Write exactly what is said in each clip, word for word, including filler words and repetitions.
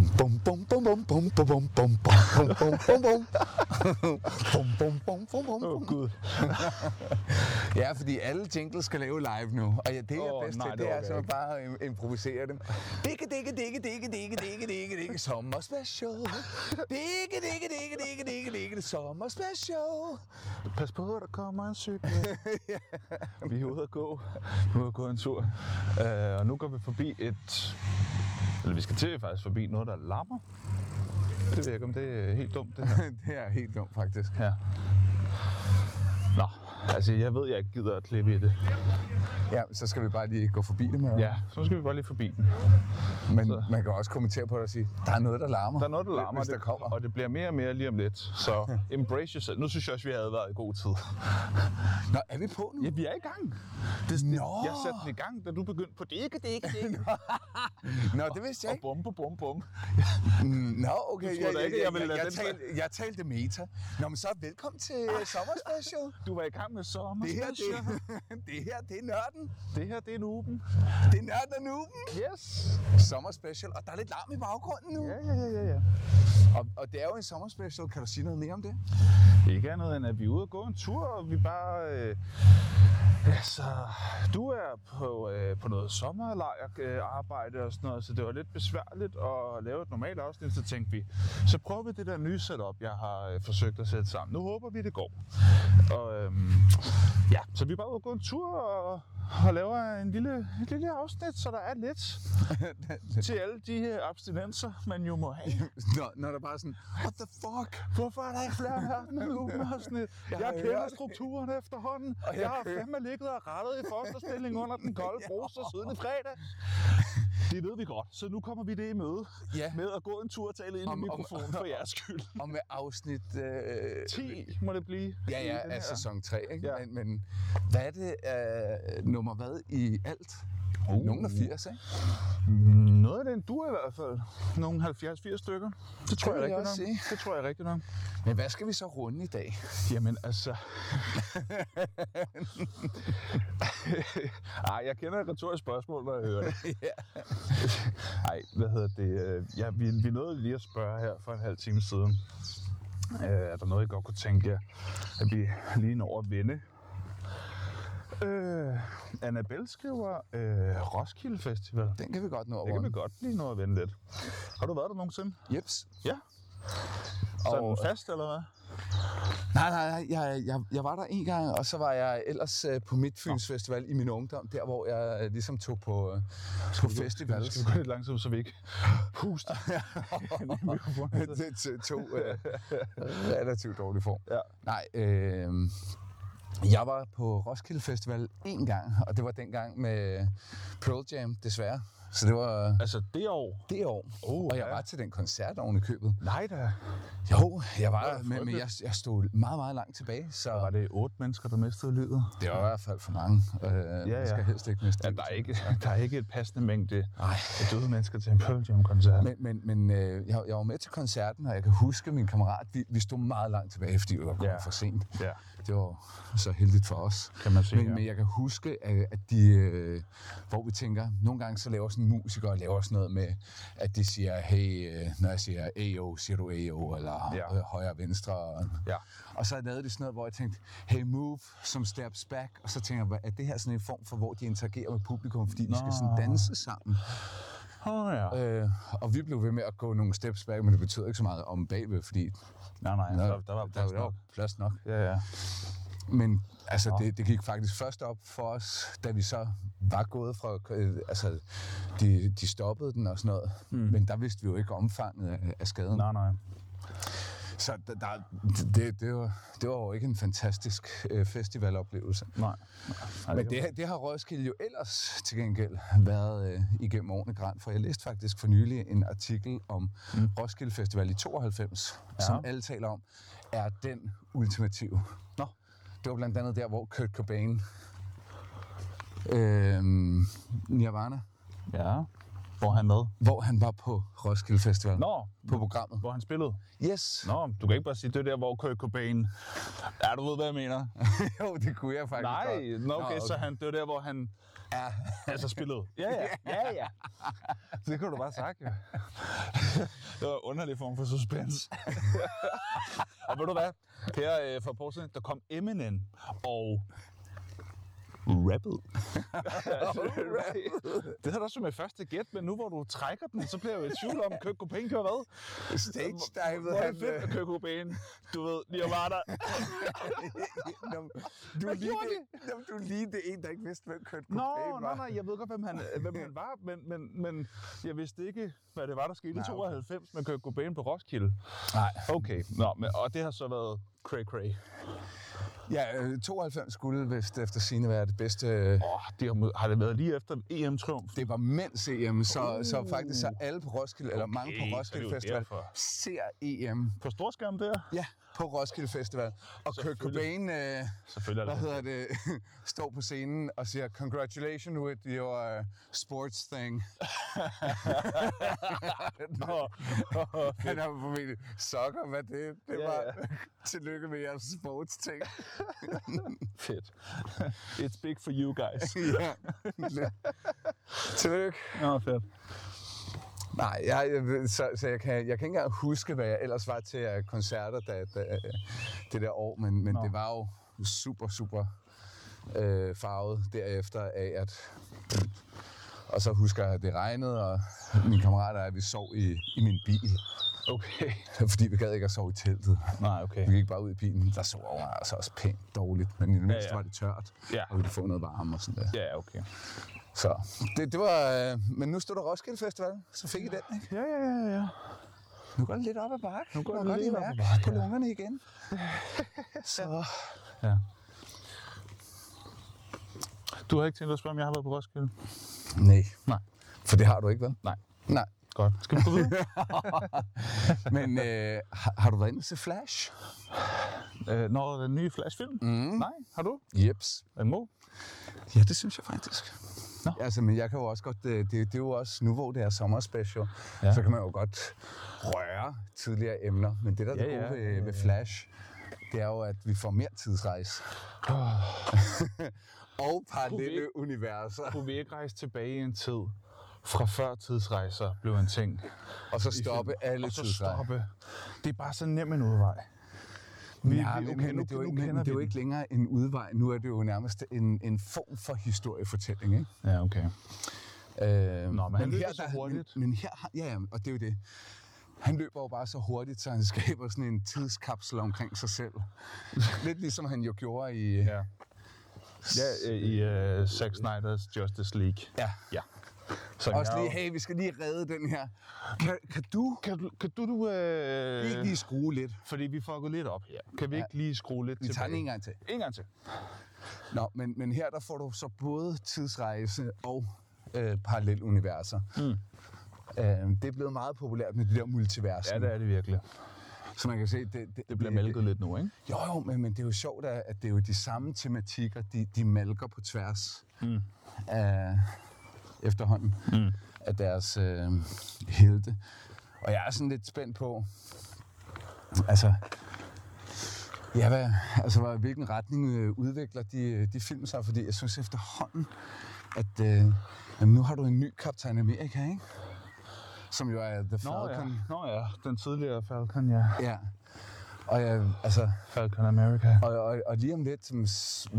Bum bum bum bum bum bum bum bum bum bum bum bum bum bum bum bum bum bum. Åh gud. Ja, fordi alle jingles skal lave live nu, og ja, det jeg er Åh, bedst nej, til, det det er orker så jeg ikke. bare at im- improvisere dem. Digge, digge, digge, digge, digge, digge, digge, digge, sommer special. Digge, digge, digge, digge, digge, digge, sommer special. Pas på, der kommer en cykel. Vi er ude at gå. Vi er ude at gå en tur. Uh, og nu går vi forbi et... Eller vi skal til faktisk forbi noget, der larmer. Det ved jeg ikke, om det er helt dumt, det her. Det er helt dumt, faktisk. Ja. Nå, altså jeg ved, jeg ikke gider at klippe i det. Ja, så skal vi bare lige gå forbi det med. Ja, så skal vi bare lige forbi den. Men Så. man kan også kommentere på det og sige, der er noget, der larmer. Der er noget, der larmer, hvis der kommer. og det bliver mere og mere lige om lidt. Så embrace yourself. Nu synes jeg også, vi havde været i god tid. Nå, er vi på nu? Ja, vi er i gang. Det, Nå. Jeg satte den i gang, da du begyndte på det. Ikke, det ikke, det ikke. Nå, det vidste jeg Og ikke. bum, bum, bum, bum. Nå, okay. Du troede da ikke, jeg ville lade jeg, den- talte, jeg talte meta. Nå, men så velkommen til sommerspecial. Du var i gang med sommer. Det her, det, det her, det er nørden. det her, det er nuben. Det er nørden og nuben. Yes. Sommerspecial, og der er lidt larm i baggrunden nu. Ja, ja, ja, ja, ja. Og, og det er jo en sommerspecial. Kan du sige noget mere om det? Ikke andet end, at vi er ude og gå en tur, og vi bare... Øh, altså, du er på, øh, på noget sommerlejr-arbejde og sådan noget, så det var lidt besværligt at lave et normalt afsnit, så tænkte vi, så prøver vi det der nye setup, jeg har øh, forsøgt at sætte sammen. Nu håber vi, det går. Og øhm, ja, så vi er bare ude og gå en tur og, og laver en lille, et lille afsnit, så der er lidt til alle de her abstinenser, man jo må have. Når, når der bare er sådan, what the fuck? Hvorfor er der ikke flere nørden-afsnit? Jeg, jeg har kender hørt- strukturen efterhånden. Og jeg Jeg har kører- fandme ligget og rettet i fosterstilling under den kolde bruser siden i fredag. Det ved vi godt, så nu kommer vi det i møde Ja. med at gå en tur og tale ind i Om- om- mikrofonen for jeres skyld. Og med afsnit øh, ti må det blive. Ja, i ja, den af her. sæson tre, ikke? Ja. Men, men hvad er det øh, nummer hvad i alt? Uh. Nogen af firs, ikke? Noget af den du i hvert fald. Nogle halvfjerds firs stykker. Det tror vil jeg jeg rigtigt også nok. sige. Det tror jeg rigtigt nok. Men hvad skal vi så runde i dag? Jamen altså... Ej, jeg kender et retorisk spørgsmål, når jeg hører det. Ja. Ej, hvad hedder det? Ja, vi, vi nåede lige at spørge her for en halv time siden. Øh, er der noget, I godt kunne tænke jer, at vi lige når at vinde? Øh, Annabelle skriver øh, Roskilde Festival. Den kan vi godt nå at Det kan vi runde. godt lige nå at vende lidt. Har du været der nogensinde? Jeps. Ja. Sådan Og- fast, eller hvad? Nej, nej, nej. Jeg, jeg, jeg var der en gang, og så var jeg ellers øh, på Midtfyns Festival i min ungdom. Der, hvor jeg øh, ligesom tog på, øh, på festival. Skal vi gå lidt langsomt, så vi ikke puster? Det tog øh, relativt dårlig form. Ja. Nej, øh, jeg var på Roskilde Festival en gang, og det var dengang med Pearl Jam, desværre. Så det var Altså det år? det år, Oh, og jeg ja. var til den koncert oven i købet. Nej da. Jo, jeg var Det var der, men, men frygteligt. jeg, jeg stod meget, meget langt tilbage, så Var det otte mennesker, der mistede livet? det var i hvert fald for mange. Øh, ja. Jeg skal helst ikke miste Ja, livet der er til. ikke, der er ikke et passende mængde Nej. af døde mennesker til en Pearl Jam-koncert. Men, men, men øh, jeg, jeg var med til koncerten, og jeg kan huske min kammerat, vi, vi stod meget langt tilbage, fordi vi var kommet Ja. for sent. Ja, Det var så heldigt for os. kan man sige. Men, ja. men jeg kan huske, at at de, øh, hvor vi tænker, nogle gange så laver sådan en musiker laver sådan noget med, at de siger, hey, øh, når jeg siger A O, siger du A O, eller Ja. øh, højre og venstre. Og, Ja. og så lavede de sådan noget, hvor jeg tænkte, hey, move, som steps back. Og så tænker jeg, er det her sådan en form for, hvor de interagerer med publikum, fordi de skal sådan Nå. danse sammen. Åh oh, ja. Øh, og vi blev ved med at gå nogle steps back, men det betyder ikke så meget om bagved, fordi Nej, nej, Nå, der, der var plads der var nok. plads nok. Ja, ja. Men altså, Nå. det, det gik faktisk først op for os, da vi så var gået fra... Øh, altså, de, de stoppede den og sådan noget, mm. men der vidste vi jo ikke omfanget af, af skaden. Nej, nej. Så der, der, det, det, var, det var jo ikke en fantastisk øh, festivaloplevelse. Nej. nej Men det, det har Roskilde jo ellers til gengæld været øh, igennem årene grænt, for jeg læste faktisk for nylig en artikel om mm. Roskilde Festival i tooghalvfems, ja. som alle taler om, er den ultimative. Nå. Det var blandt andet der, hvor Kurt Cobain, øh, Nirvana, Ja. Hvor han hvad? Hvor han var på Roskilde Festival. Nå, på programmet. Hvor han spillede? Yes. Nå, du kan ikke bare sige, det der, hvor Kurt Cobain... Ja, du ved, hvad jeg mener. Jo, det kunne jeg faktisk Nej, godt. nå, okay, Nå, okay, så han, det var der, hvor han... Ja. Altså spillede. Ja, ja, ja, ja. Det kunne du bare sagt, ja. Det var en underlig form for suspense. Og ved du hvad? Her for på der kom Eminem og... Rappet. Det havde du også med første gæt, men nu hvor du trækker den, så bliver jeg jo i tvivl om, Kurt Cobain kører hvad? Stage dive. Hvor er det fedt, Kurt Cobain. Du ved, lige var der. Du er lige det, du er lige det en, der ikke vidste, hvem Kurt Cobain var. Nå, var. nej, nej, jeg ved godt, hvem han, hvem han var, men, men, men jeg vidste ikke, hvad det var, der skete i tooghalvfems med Kurt Cobain på Roskilde. Nej. Okay, nå, men, og det har så været cray-cray. Ja, tooghalvfems skulle vist efter sigende være det bedste. Åh, oh, det har, har det været lige efter E M-triumf? Det var mens E M, så, uh. så faktisk så alle på Roskilde, okay, eller mange på Roskilde Festival, derfor. ser E M. På storskærm der? Ja, på Roskilde Festival. Og Kurt Cobain, øh, hvad hedder det, står på scenen og siger, congratulations with your uh, sports thing. Nå, han har formentlig sokker, hvad det, det ja, var. Ja. Tillykke med jeres sports ting. Fedt. It's big for you guys. Ja. Tillykke. Nå, fedt. Nej, jeg, så, så jeg, kan, jeg kan ikke engang huske, hvad jeg ellers var til uh, koncerter da, da, det der år, men, men det var jo super, super øh, farvet derefter af, at... Og så husker jeg, at det regnede, og mine kammerater og jeg, vi sov i, i min bil. Okay. Fordi vi gad ikke at sove i teltet. Nej, okay. Vi gik bare ud i bilen. Der sov over altså også pænt dårligt, men i det mindste ja, ja. var det tørt, ja. og vi kunne få noget varme og sådan der. Ja, okay. Så det, det var... Øh, men nu stod der Roskilde Festival, så fik I den, ikke? Ja, ja, ja, ja. Nu går det lidt op ad bakke. Nu går det lidt lidt op ad mærke bakke på lungerne igen. Så... Ja. Du har ikke tænkt dig at spørge, om jeg har været på Roskilde? Nej. Nej. For det har du ikke, vel? Nej. Nej. Godt. Skal vi gå videre? Men øh, har, har du været inde og se Flash? Øh, når den nye Flash-film? Mm. Nej. Har du? Jeps. En må? Ja, det synes jeg faktisk. Nå. Altså, men jeg kan jo også godt, det, det er jo også, nu hvor det er sommerspecial, ja. så kan man jo godt røre tidligere emner. Men det der er ja, det gode ja, ved, ja, ja. ved Flash, det er jo, at vi får mere tidsrejse. Oh. Og parallelle universer. Kunne vi ikke rejse tilbage i en tid, fra før tidsrejser blev en ting? Og så stoppe alle tidsrejser. Stoppe. Det er bare så nem en udvej. Vi, ja, vi, okay, men, nu, det er jo, nu men, det er jo ikke længere en udvej. Nu er det jo nærmest en, en form for historiefortælling, ikke? Ja, okay. Øh, Nå, men han løber så der, hurtigt. Men, men her, ja, ja, og det er jo det. Han løber jo bare så hurtigt, så han skaber sådan en tidskapsel omkring sig selv. Lidt ligesom han jo gjorde i... Ja, ja i uh, Zack Snyder's Justice League. Ja. Ja. Så også lige, hey, vi skal lige redde den her. Kan, kan du... Kan du... Kan du, du øh... ikke lige skrue lidt? Fordi vi får gået lidt op her. Kan vi ja. ikke lige skrue lidt vi tilbage? Vi tager den en gang til. En gang til. Nå, men, men her der får du så både tidsrejse og øh, paralleluniverser. Mm. Øh, det er blevet meget populært med de der multiverser. Ja, det er det virkelig. Så man kan se, det, det, det bliver mælket det, lidt nu, ikke? Jo, jo, men, men det er jo sjovt, at det er jo de samme tematikker, de, de malker på tværs mm. af efterhånden mm. af deres øh, helte. Og jeg er sådan lidt spændt på, altså, ja, hvad, altså hvilken retning øh, udvikler de, de film sig, fordi jeg synes efterhånden, at øh, jamen, nu har du en ny Captain America, ikke? Som jo er The Falcon. Nå ja, Nå ja. Den tidligere Falcon, ja. Ja. Og jeg, altså... Falcon America. Og, og, og lige om lidt, så,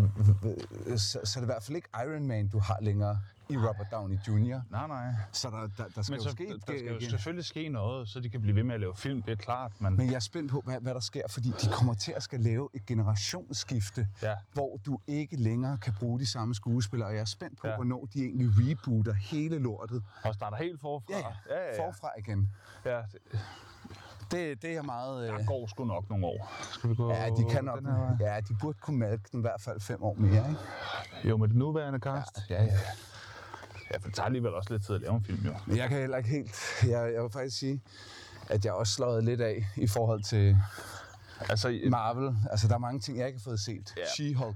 så er det i hvert fald ikke Iron Man, du har længere i Robert Downey junior Nej, nej. Så der, der, der skal men jo så, ske... Der, der skal jo selvfølgelig ske noget, så de kan blive ved med at lave film, det er klart. Men, men jeg er spændt på, hvad, hvad der sker, fordi de kommer til at skal lave et generationsskifte, ja. Hvor du ikke længere kan bruge de samme skuespillere. Og jeg er spændt på, ja. Hvornår de egentlig rebooter hele lortet. Og starter helt forfra. Ja, ja. Ja, ja, ja. Forfra igen. Ja, det... Det, det er meget... Der går sgu nok nogle år. Skal vi gå ja, de kan nok. Ja, de burde kunne malke den i hvert fald fem år mere, ikke? Jo, med det nuværende cast. Ja, ja, ja. Ja, for det tager alligevel også lidt tid at lave en film, jo. Men jeg kan heller ikke helt... Jeg, jeg vil faktisk sige, at jeg også slået lidt af i forhold til altså, Marvel. Altså, der er mange ting, jeg ikke har fået set. Yeah. She-Hulk.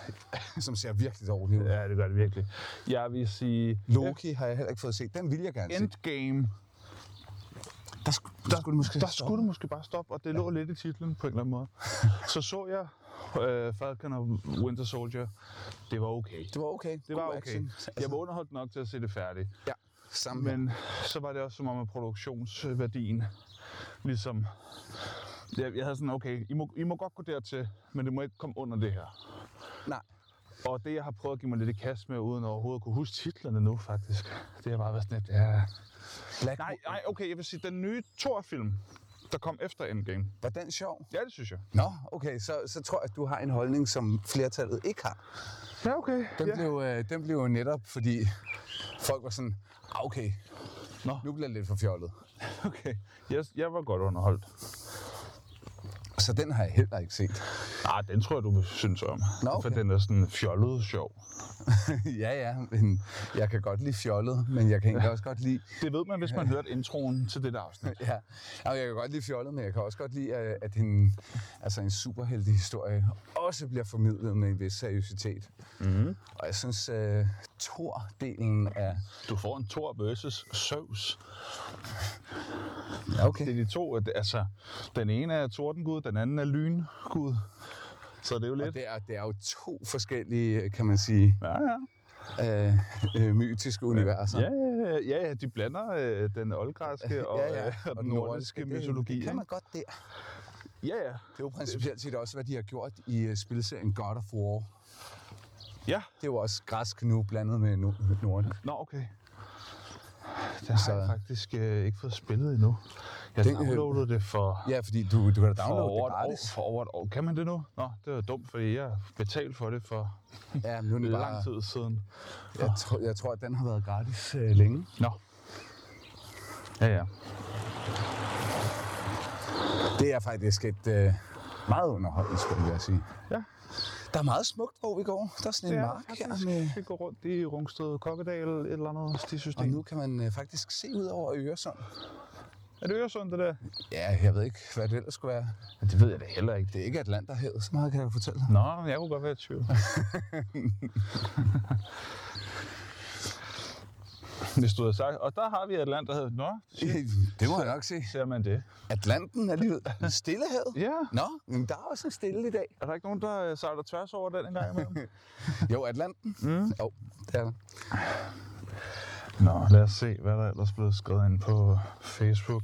som ser virkelig dårlig ud. Ja, det gør det virkelig. Jeg vil sige... Loki har jeg heller ikke fået set. Den vil jeg gerne se. Endgame. Der, sk- der, der skulle du måske Der skulle du måske bare stoppe, og det lå ja. lidt i titlen på en eller anden måde. Så så jeg uh, Falcon og Winter Soldier. Det var okay. Det var okay. Det var okay. Altså, jeg var underholdt nok til at se det færdigt. Ja, sammen. Men så var det også som om, at produktionsværdien ligesom... Jeg, jeg havde sådan, okay, I må, I må godt gå dertil, men det må ikke komme under det her. Nej. Og det, jeg har prøvet at give mig lidt i kast med, uden overhovedet at kunne huske titlerne nu, faktisk, det har bare været sådan lidt, ja... Black nej, nej, okay, jeg vil sige, den nye Thor-film, der kom efter Endgame. Var den sjov? Ja, det synes jeg. Nå, okay, så, så tror jeg, at du har en holdning, som flertallet ikke har. Ja, okay. Den, ja. blev, øh, den blev jo netop, fordi folk var sådan, ah, okay, Nå. nu bliver det lidt for fjollet. Okay, jeg, jeg var godt underholdt. Så den har jeg heller ikke set. Nej, den tror jeg, du vil synes om. Nå, okay. For den er sådan fjollet sjov. ja, ja, men jeg kan godt lide fjollet, men jeg kan egentlig ja. også godt lide... Det ved man, hvis man hørte introen til det der afsnit. ja, altså, jeg kan godt lide fjollet, men jeg kan også godt lide, at en, altså en superheldig historie også bliver formidlet med en vis seriøsitet. Mm-hmm. Og jeg synes, uh, Thor-delen af... Du får en Thor versus Zeus. Ja, okay. Det er de to, altså, den ene er tordengud, den anden er lyngud. Så det er jo lidt... Og det er, det er jo to forskellige, kan man sige, ja, ja. Øh, øh, mytiske universer. Ja, ja, ja, ja, de blander øh, den oldgræske og, ja, ja. og den nordiske mytologi. Det kan man godt der. Ja, ja. Det er jo principielt set også, hvad de har gjort i uh, spilserien God of War. Ja. Det er jo også græsk nu, blandet med nordisk. Nå, okay. Det har så... jeg faktisk øh, ikke fået spillet endnu. Jeg den, downloadede det for... Ja, fordi du, du kan da downloade det gratis. For over et år. Kan man det nu? Nå, det var dumt, fordi jeg betalte for det for ja, nu er det lang bare... tid siden. Jeg, tro, jeg tror, at den har været gratis øh, længe. Nå. Ja, ja. Det er faktisk et øh, meget underholdende spil, vil jeg sige. Ja. Der er meget smukt, hvor vi går. Der er sådan en ja, mark faktisk, her. Med... Vi går rundt i Rungsted, Kokkedal, et eller andet stisystem. Og nu kan man øh, faktisk se ud over Øresund. Er det Øresund, det der? Ja, jeg ved ikke, hvad det ellers skulle være. Men det ved jeg da heller ikke. Det er ikke Atlanterhavet, så meget kan jeg fortælle dig. Nå, jeg kunne godt være i tvivl. Hvis du havde sagt, og der har vi Atlanterhavet. Nå, shit. Det må jeg nok se. Ser man det? Atlanten alligevel. Stillehavet? Ja. Nå, men der er også en stille i dag. Er der ikke nogen, der sejler tværs over den en gang imellem? Jo, Atlanten. Mm. Jo, det er der. Nå, lad os se, hvad der ellers er blevet skrevet ind på Facebook.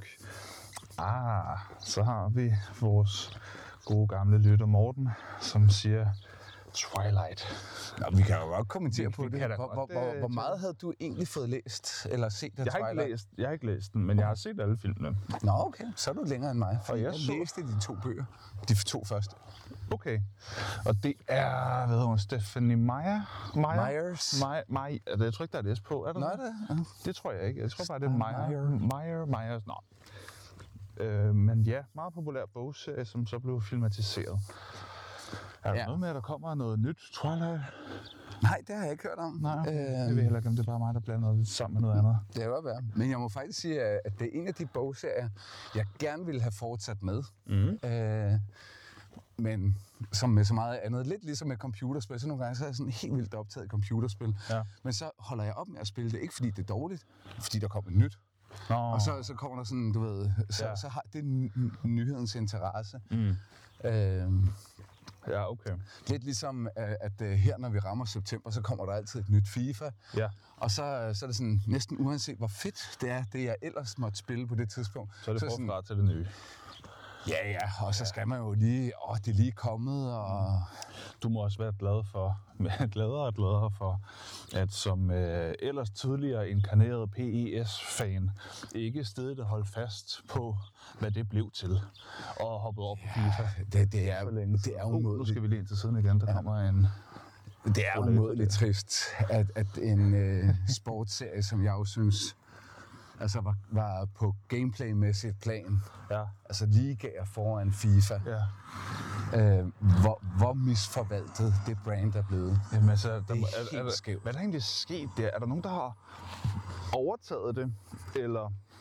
Ah, så har vi vores gode gamle lytter Morten, som siger Twilight. Nå, vi kan jo godt kommentere vi, på det. Hvor, hvor, hvor, hvor, hvor meget havde du egentlig fået læst eller set af jeg har Twilight? Ikke læst, jeg har ikke læst den, men jeg har set alle filmene. Nå, okay. Så er du længere end mig, for jeg, jeg jeg så... læste de to bøger. De to første. Okay. Og det er, hvad hedder hun, Stephenie Meyer? Meyer? Myers. Meyer, Meyer. Jeg tror ikke, der er det S på. Er der Nej, det? det Det tror jeg ikke. Jeg tror bare, det er Meyer. Meyer, Myers. Nå. Øh, men ja, meget populær bogserie, som så blev filmatiseret. Er der ja. noget med, at der kommer noget nyt Twilight? Nej, det har jeg ikke hørt om. Nej, okay. øhm, det ved jeg heller ikke, om det er bare mig, der blander noget sammen med noget andet. Det kan godt være. Men jeg må faktisk sige, at det er en af de bogserier, jeg gerne ville have fortsat med. Mm. Øh, men som med så meget andet, lidt ligesom med computerspil, så nogle gange så er jeg sådan helt vildt optaget af computerspil. Ja. Men så holder jeg op med at spille det, ikke fordi det er dårligt, fordi der kommer nyt. Nå. Og så, så kommer der sådan, du ved, så, ja. så har det n- nyhedens interesse. Mm. Øh, Ja, okay. Lidt ligesom, at her, når vi rammer september, så kommer der altid et nyt FIFA. Ja. Og så, så er det sådan, næsten uanset hvor fedt det er, det jeg ellers måtte spille på det tidspunkt. Så er det forfra sådan, til det nye. Ja, ja, og så skal man jo lige, åh, det er lige kommet, og... Du må også være glad for, gladere og gladere for, at som øh, ellers tidligere inkarneret P E S-fan, ikke stedet at holde fast på, hvad det blev til, og hoppet over på FIFA. Ja, det, det er, det er umådeligt. Uh, nu skal vi lige ind til siden igen, der ja. kommer en... Det er umådeligt trist, at, at en øh, sportsserie, som jeg jo synes... Altså var, var på gameplaymæssigt plan. Ja. Altså ligaer foran FIFA. Ja. Øh, hvor, hvor misforvaltet det brand er blevet. Jamen altså, der, det er, er helt er, er skævt. Hvad er der egentlig sket der? Er der nogen, der har overtaget det? Eller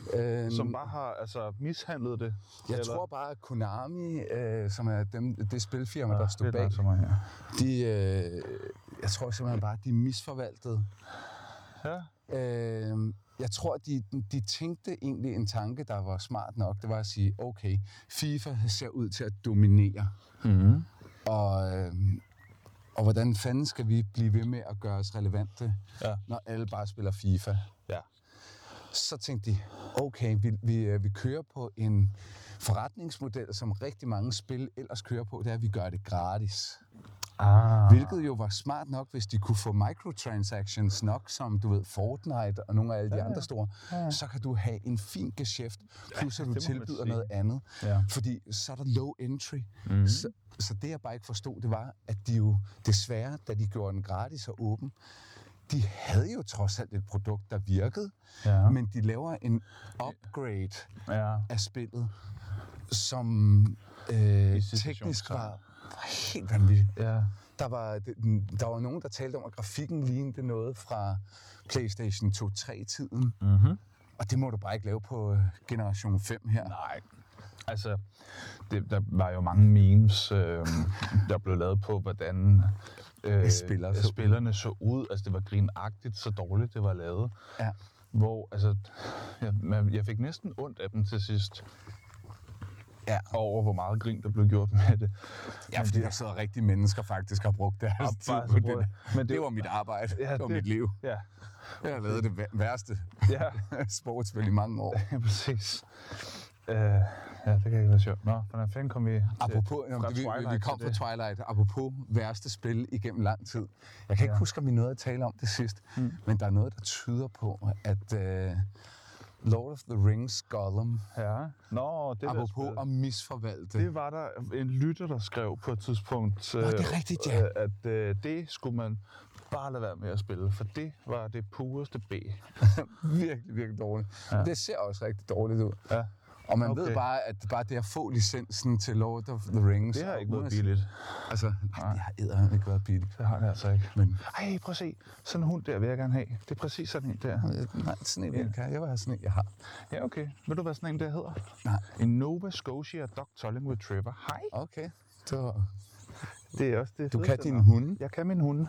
Øhm, som bare har altså, mishandlet det? Jeg eller? tror bare, at Konami, øh, som er dem, det spilfirma, Ja, der stod det er bag, nok så meget, ja. de, øh, jeg tror simpelthen bare, at de misforvaltede. Ja. Øh, jeg tror, de, de tænkte egentlig en tanke, der var smart nok. Det var at sige, okay, FIFA ser ud til at dominere. Mm-hmm. Og, øh, og hvordan fanden skal vi blive ved med at gøre os relevante, Ja. når alle bare spiller FIFA? Ja. Så tænkte de, okay, vi, vi, vi kører på en forretningsmodel, som rigtig mange spil ellers kører på, det er, at vi gør det gratis. Ah. Hvilket jo var smart nok, hvis de kunne få microtransactions nok, som du ved, Fortnite og nogle af alle de Ja, ja. andre store, Ja. så kan du have en fin geschæft, plus at du det må man tilbyder sige. noget andet. Ja. Fordi så er der low entry. Mm-hmm. Så, så det jeg bare ikke forstod, det var, at de jo desværre, da de gjorde den gratis og åben, de havde jo trods alt et produkt, der virkede, Ja. men de laver en upgrade Ja. af spillet, som øh, I teknisk var helt vanvittigt. Ja. Der var, der var nogen, der talte om, at grafikken lignede noget fra PlayStation to tre-tiden. Mm-hmm. Og det må du bare ikke lave på øh, generation fem her. Nej. Altså, det, der var jo mange memes, øh, der blev lavet på, hvordan øh, Spillere så spillerne så ud. Altså, det var grinagtigt, så dårligt det var lavet. Ja. Hvor, altså, jeg, man- jeg fik næsten ondt af dem til sidst. Ja. Over, hvor meget grin, der blev gjort med det. Ja, fordi der sidder rigtige mennesker faktisk har brugt deres Og tid bare på så det. bruger- Det, men det- det var mit arbejde. Ja, det var det- mit liv. Ja, Jeg har lavet det væ- værste ja, sportsspil i mange år. ja præcis. Uh, ja, det kan ikke være sjovt. Nå, hvordan fanden kom vi til, Apropos, fra jamen, vi, vi, Twilight vi kom til fra det? Twilight. Apropos værste spil igennem lang tid. Jeg kan ikke Ja. huske, om vi nåede at tale om det sidst, Mm. men der er noget, der tyder på, at uh, Lord of the Rings Gollum, Ja, nå, det der apropos spil. at misforvalte, Det var der en lytter, der skrev på et tidspunkt, Nå, det er øh, rigtigt, ja. øh, at øh, det skulle man bare lade være med at spille, for det var det pureste B. virkelig, virkelig dårligt. Ja. Ja. Det ser også rigtig dårligt ud. Ja. Og man Okay. ved bare, at bare det at få licensen til Lord of the Rings... Det har og ikke været uden at- billigt. Altså, nej, det har eddermame ikke været billigt. Det har det altså ikke. Men Ej, prøv at se. Sådan en hund der vil jeg gerne have. Det er præcis sådan en der. øh, nej, sådan en Ja. ja. kan jeg. Jeg vil have sådan en, jeg har. Ja, okay. Ved du, hvad sådan en der hedder? Nej. En Nova Scotia Dog Tolling Retriever. Hej. Okay. Det var... Det er også det Du kan fedeste dine navn. hunde. Jeg kan min hunde.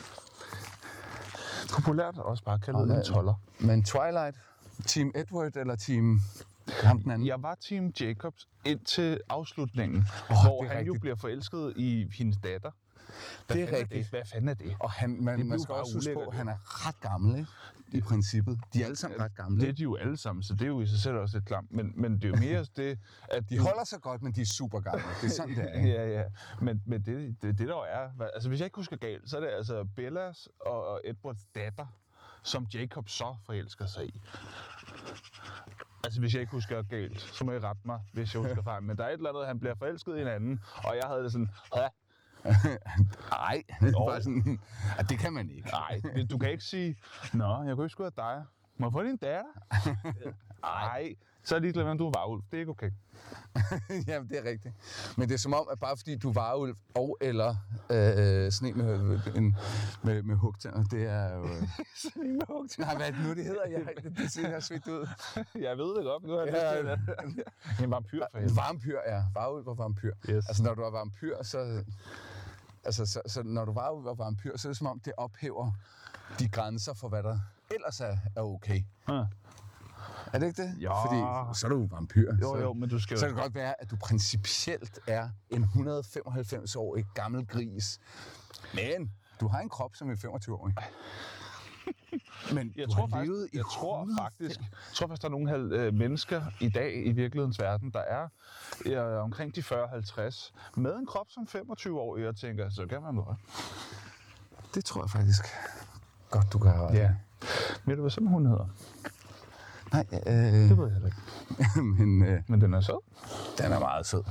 Populært også bare kaldet Og, en øh, toller. Men Twilight, Team Edward eller Team ham den anden? Jeg var Team Jacobs indtil afslutningen, Åh, hvor det er han jo rigtigt. bliver forelsket i hendes datter. Hvad Det er fanden rigtigt. Det? Hvad fanden er det? Og han, man, Det man blev skal bare også huske på, ulækkert, at han er ret gammel, ikke? I princippet. De er alle sammen ret gamle. Det er de jo alle sammen, så det er jo i sig selv også lidt klamt. Men, men det er jo mere det, at De holder sig godt, men de er super gamle. Det er sådan, det er. Ikke? Ja, ja. Men, men det, det, det der jo er... hvad- Altså, hvis jeg ikke husker galt, så er det altså Bellas og, og Edwards datter, som Jacob så forelsker sig i. Altså, hvis jeg ikke husker galt, så må I rette mig, hvis jeg husker fejl. Men der er et eller andet, han bliver forelsket i en anden, og jeg havde det sådan... Hæ? Nej, det er bare sådan, at det kan man ikke. Nej, du kan ikke sige, nå, jeg kunne ikke sgu have dig. Må jeg få din datter? Nej, så er det lige, du er varulv. Det er ikke okay. Jamen, det er rigtigt. Men det er som om, at bare fordi du er varulv og eller øh, sådan en med, en, med, med hugtænder, det er jo... Øh... Sådan en med hugtænder. Nej, hvad er det nu, det hedder? Jeg, har- det, det ser jeg svedt ud. Jeg ved det godt, nu har jeg Ja, lyst til det. En vampyr for helvede. Vampyr, ja. Varulv og vampyr. Yes. Altså, når du er vampyr, så... Altså, så, så når du er varulv og vampyr, så er det som om, det ophæver de grænser for, hvad der ellers er, er okay. Ja. Er det ikke det? Ja. Fordi så er du vampyr. Jo, så, jo, men du skal så jo... kan det godt være, at du principielt er en et hundrede og femoghalvfems-årig gammel gris. Men du har en krop som en femogtyve-årig. Men Jeg du tror har faktisk, levet i jeg tror hundrede og fem faktisk, jeg tror faktisk, der er nogle halv- øh, mennesker i dag i virkelighedens verden, der er øh, omkring de fyrre halvtreds med en krop som femogtyve-årig, og tænker, så kan man godt. Det tror jeg faktisk godt, du kan have ret i. Ja. Ved du, hvad sådan hun hedder? Nej, øh, Det ved jeg heller ikke. men øh, Men den er sød. den er meget sød.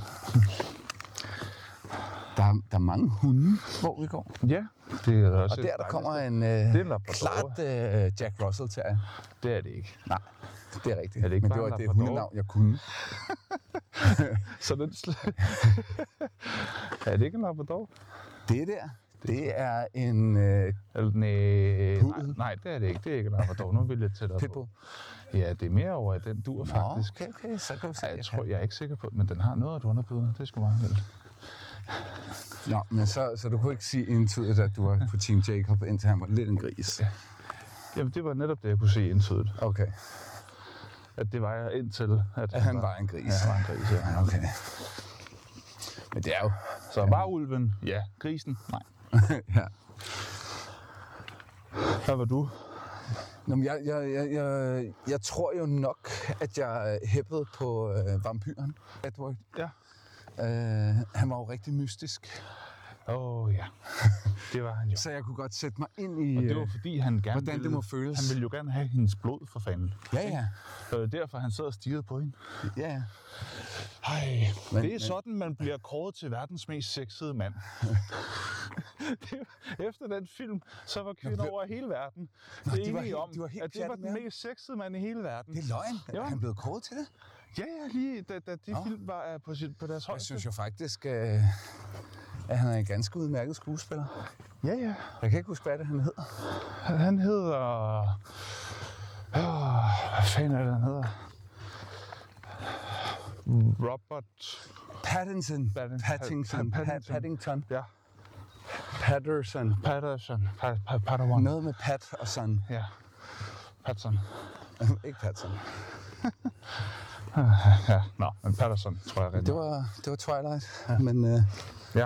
Der er, der er mange hunde, hvor vi går. Ja, det er også Og et der, der dejligt kommer sted. en øh, Det er en Labrador. klart øh, Jack Russell til jer. Det er det ikke. Nej, det er rigtigt. Er det ikke Men bare det en var det Labrador? hundenavn, jeg kunne. Så den sl- er det ikke en Labrador? Det der, Det er en øh, Eller, nej, Pudel? nej, nej, det er det ikke. Det er ikke en labrador. Nu er vi lidt tættere på. pitbull. Ja, det er mere over i den dur, faktisk. Okay, okay, så kan du se. Ja, jeg, tror, jeg er ikke sikker på, men den har noget at underbyde. Det er sgu meget vildt. Nå, men så, så du kunne ikke sige entydigt, at du var på Team Jacob, indtil han var lidt en gris? Ja. Jamen, det var netop det, jeg kunne se entydigt. Okay. At det var jeg indtil, at, At han var en gris? Ja, han var en gris, ja. Okay. Men det er jo... Så var ulven? Ja. Grisen? Nej. ja. Hvad var du? Nå, men jeg, jeg, jeg, jeg, jeg tror jo nok, at jeg hæppede på øh, vampyren, Edward. Ja. Øh, han var jo rigtig mystisk. Åh oh, ja, det var han jo. Så jeg kunne godt sætte mig ind i, Og det var fordi, han gerne hvordan ville, det må føles. Han ville jo gerne have hendes blod, for fanden. Ja, ja. Så det er derfor, han sad og stirrede på hende. Ja, ja. Ej, Men- det er men- sådan, man bliver kåret til verdens mest sexede mand. Det- Efter den film, så var kvinder Nå, over hele verden Nå, de var enige helt- om, de var helt at det var pjattet den med mest sexede mand i hele verden. Det er løgn. Ja. Er han blevet kåret til det? Ja, ja, lige da, da de Nå. film var øh, på, sit, på deres Jeg højeste. synes jo faktisk, øh, at han er en ganske udmærket skuespiller. Ja, ja. Jeg kan ikke huske, hvad det han hedder. Han hedder... Oh, hvad fanden er det, han hedder? Robert... Pattinson. Pattin- Pattinson. Pa- Pa- Pattinson. Paddington. Ja, Patterson. Patterson. Pa- pa- Padawan. Noget med Pat og sådan. Ja, Patterson. Ikke Patterson. Ja, nå, men Patterson, tror jeg Det rigtig. var, det var Twilight. Ja. Men øh, Ja.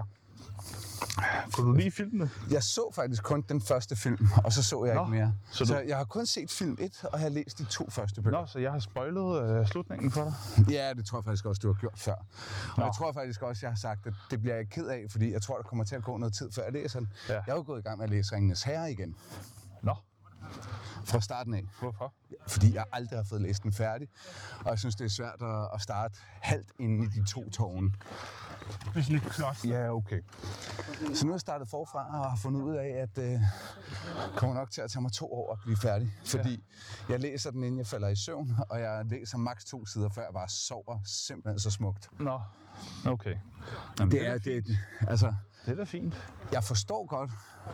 Kunne du lige filme det? jeg så faktisk kun den første film, og så så jeg Nå, ikke mere. så Så, du- så jeg har kun set film et, og jeg har læst de to første bøger. Nå, så jeg har spoilet øh, slutningen for dig? Ja, det tror jeg faktisk også, du har gjort før. Og Nå. jeg tror faktisk også, jeg har sagt, at det bliver jeg ked af, fordi jeg tror, der kommer til at gå noget tid, før jeg læser den. Ja. Jeg er jo gået i gang med at læse Ringenes Herre igen. Nå, Fra starten af. hvorfor? Fordi jeg aldrig har fået læst den færdig. Og jeg synes, det er svært at, at starte halvt inde i de to tårne. Hvis lidt klods. Ja, okay. Så nu er jeg startet forfra og har fundet ud af, at det øh, kommer nok til at tage mig to år at blive færdig. Fordi ja. jeg læser den, inden jeg falder i søvn, og jeg læser maks to sider, før jeg bare sover simpelthen så smukt. Nå, okay. Jamen, Det er, det, altså, det er da fint. jeg forstår godt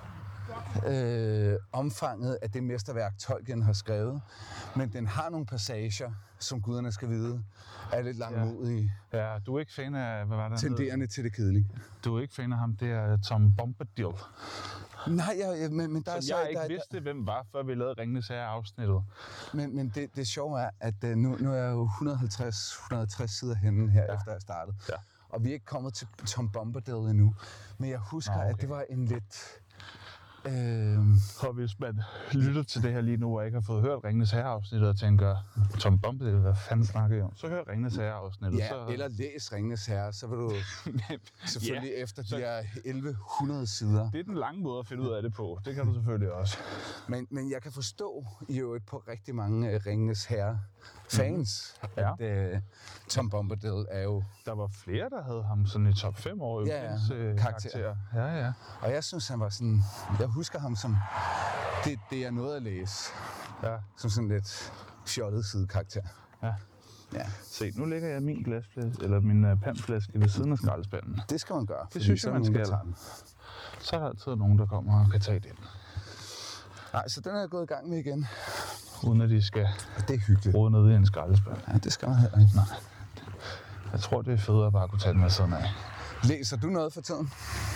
øh, omfanget af det mesterværk, Tolkien har skrevet, men den har nogle passager, som guderne skal vide, er lidt langmodige, Ja, du er ikke fan af, hvad var det? han hed? tenderende til det kedelige. Du er ikke fan af ham, det er Tom Bombadil. Nej, jeg, jeg, men, men der er Som så... jeg ikke der, vidste, hvem var, før vi lavede Ringenes Herre-afsnittet. Men, men det, det sjove er, at uh, nu, nu er jeg jo et hundrede og halvtreds til et hundrede og tres sider henne her, ja. efter jeg startede. Ja. Og vi er ikke kommet til Tom Bombadil endnu. Men jeg husker, Nå, okay. at det var en lidt... Øh, Og hvis man lytter til det her lige nu, og ikke har fået hørt Ringenes Herre-afsnittet, og tænker, Tom Bombadil, hvad fanden snakker I om? Så hør Ringenes Herre-afsnittet. ja, så... eller læs Ringenes Herre, så vil du selvfølgelig ja, efter de her elleve hundrede sider. Det er den lange måde at finde ud af det på. Det kan du selvfølgelig også. Men, men jeg kan forstå i øvrigt på rigtig mange uh, Ringenes Herre-fans, mm-hmm. Ja. at uh, Tom Bombadil er jo... Der var flere, der havde ham sådan i top fem over Ja, ja. yndlings, øh, Karakter. karakterer. Ja, ja. Og jeg synes, han var sådan... Jeg husker ham som... Det, det er noget at læse. Ja, Som sådan lidt fjollet sidekarakter. ja. Ja, Se, nu lægger jeg min glasflaske, eller min uh, pandflaske ved siden af skraldespanden. det skal man gøre. fordi synes så jeg, er man nogen, der skal. tager den. Så er der altid nogen, der kommer og kan tage den, Nej, så den er jeg gået i gang med igen. uden at de skal Og det er hyggeligt. rode ned i en skraldespand. Ja, det skal man heller ikke. Nej. Jeg tror, det er federe at bare kunne tage den med siden af. Læser du noget for tiden?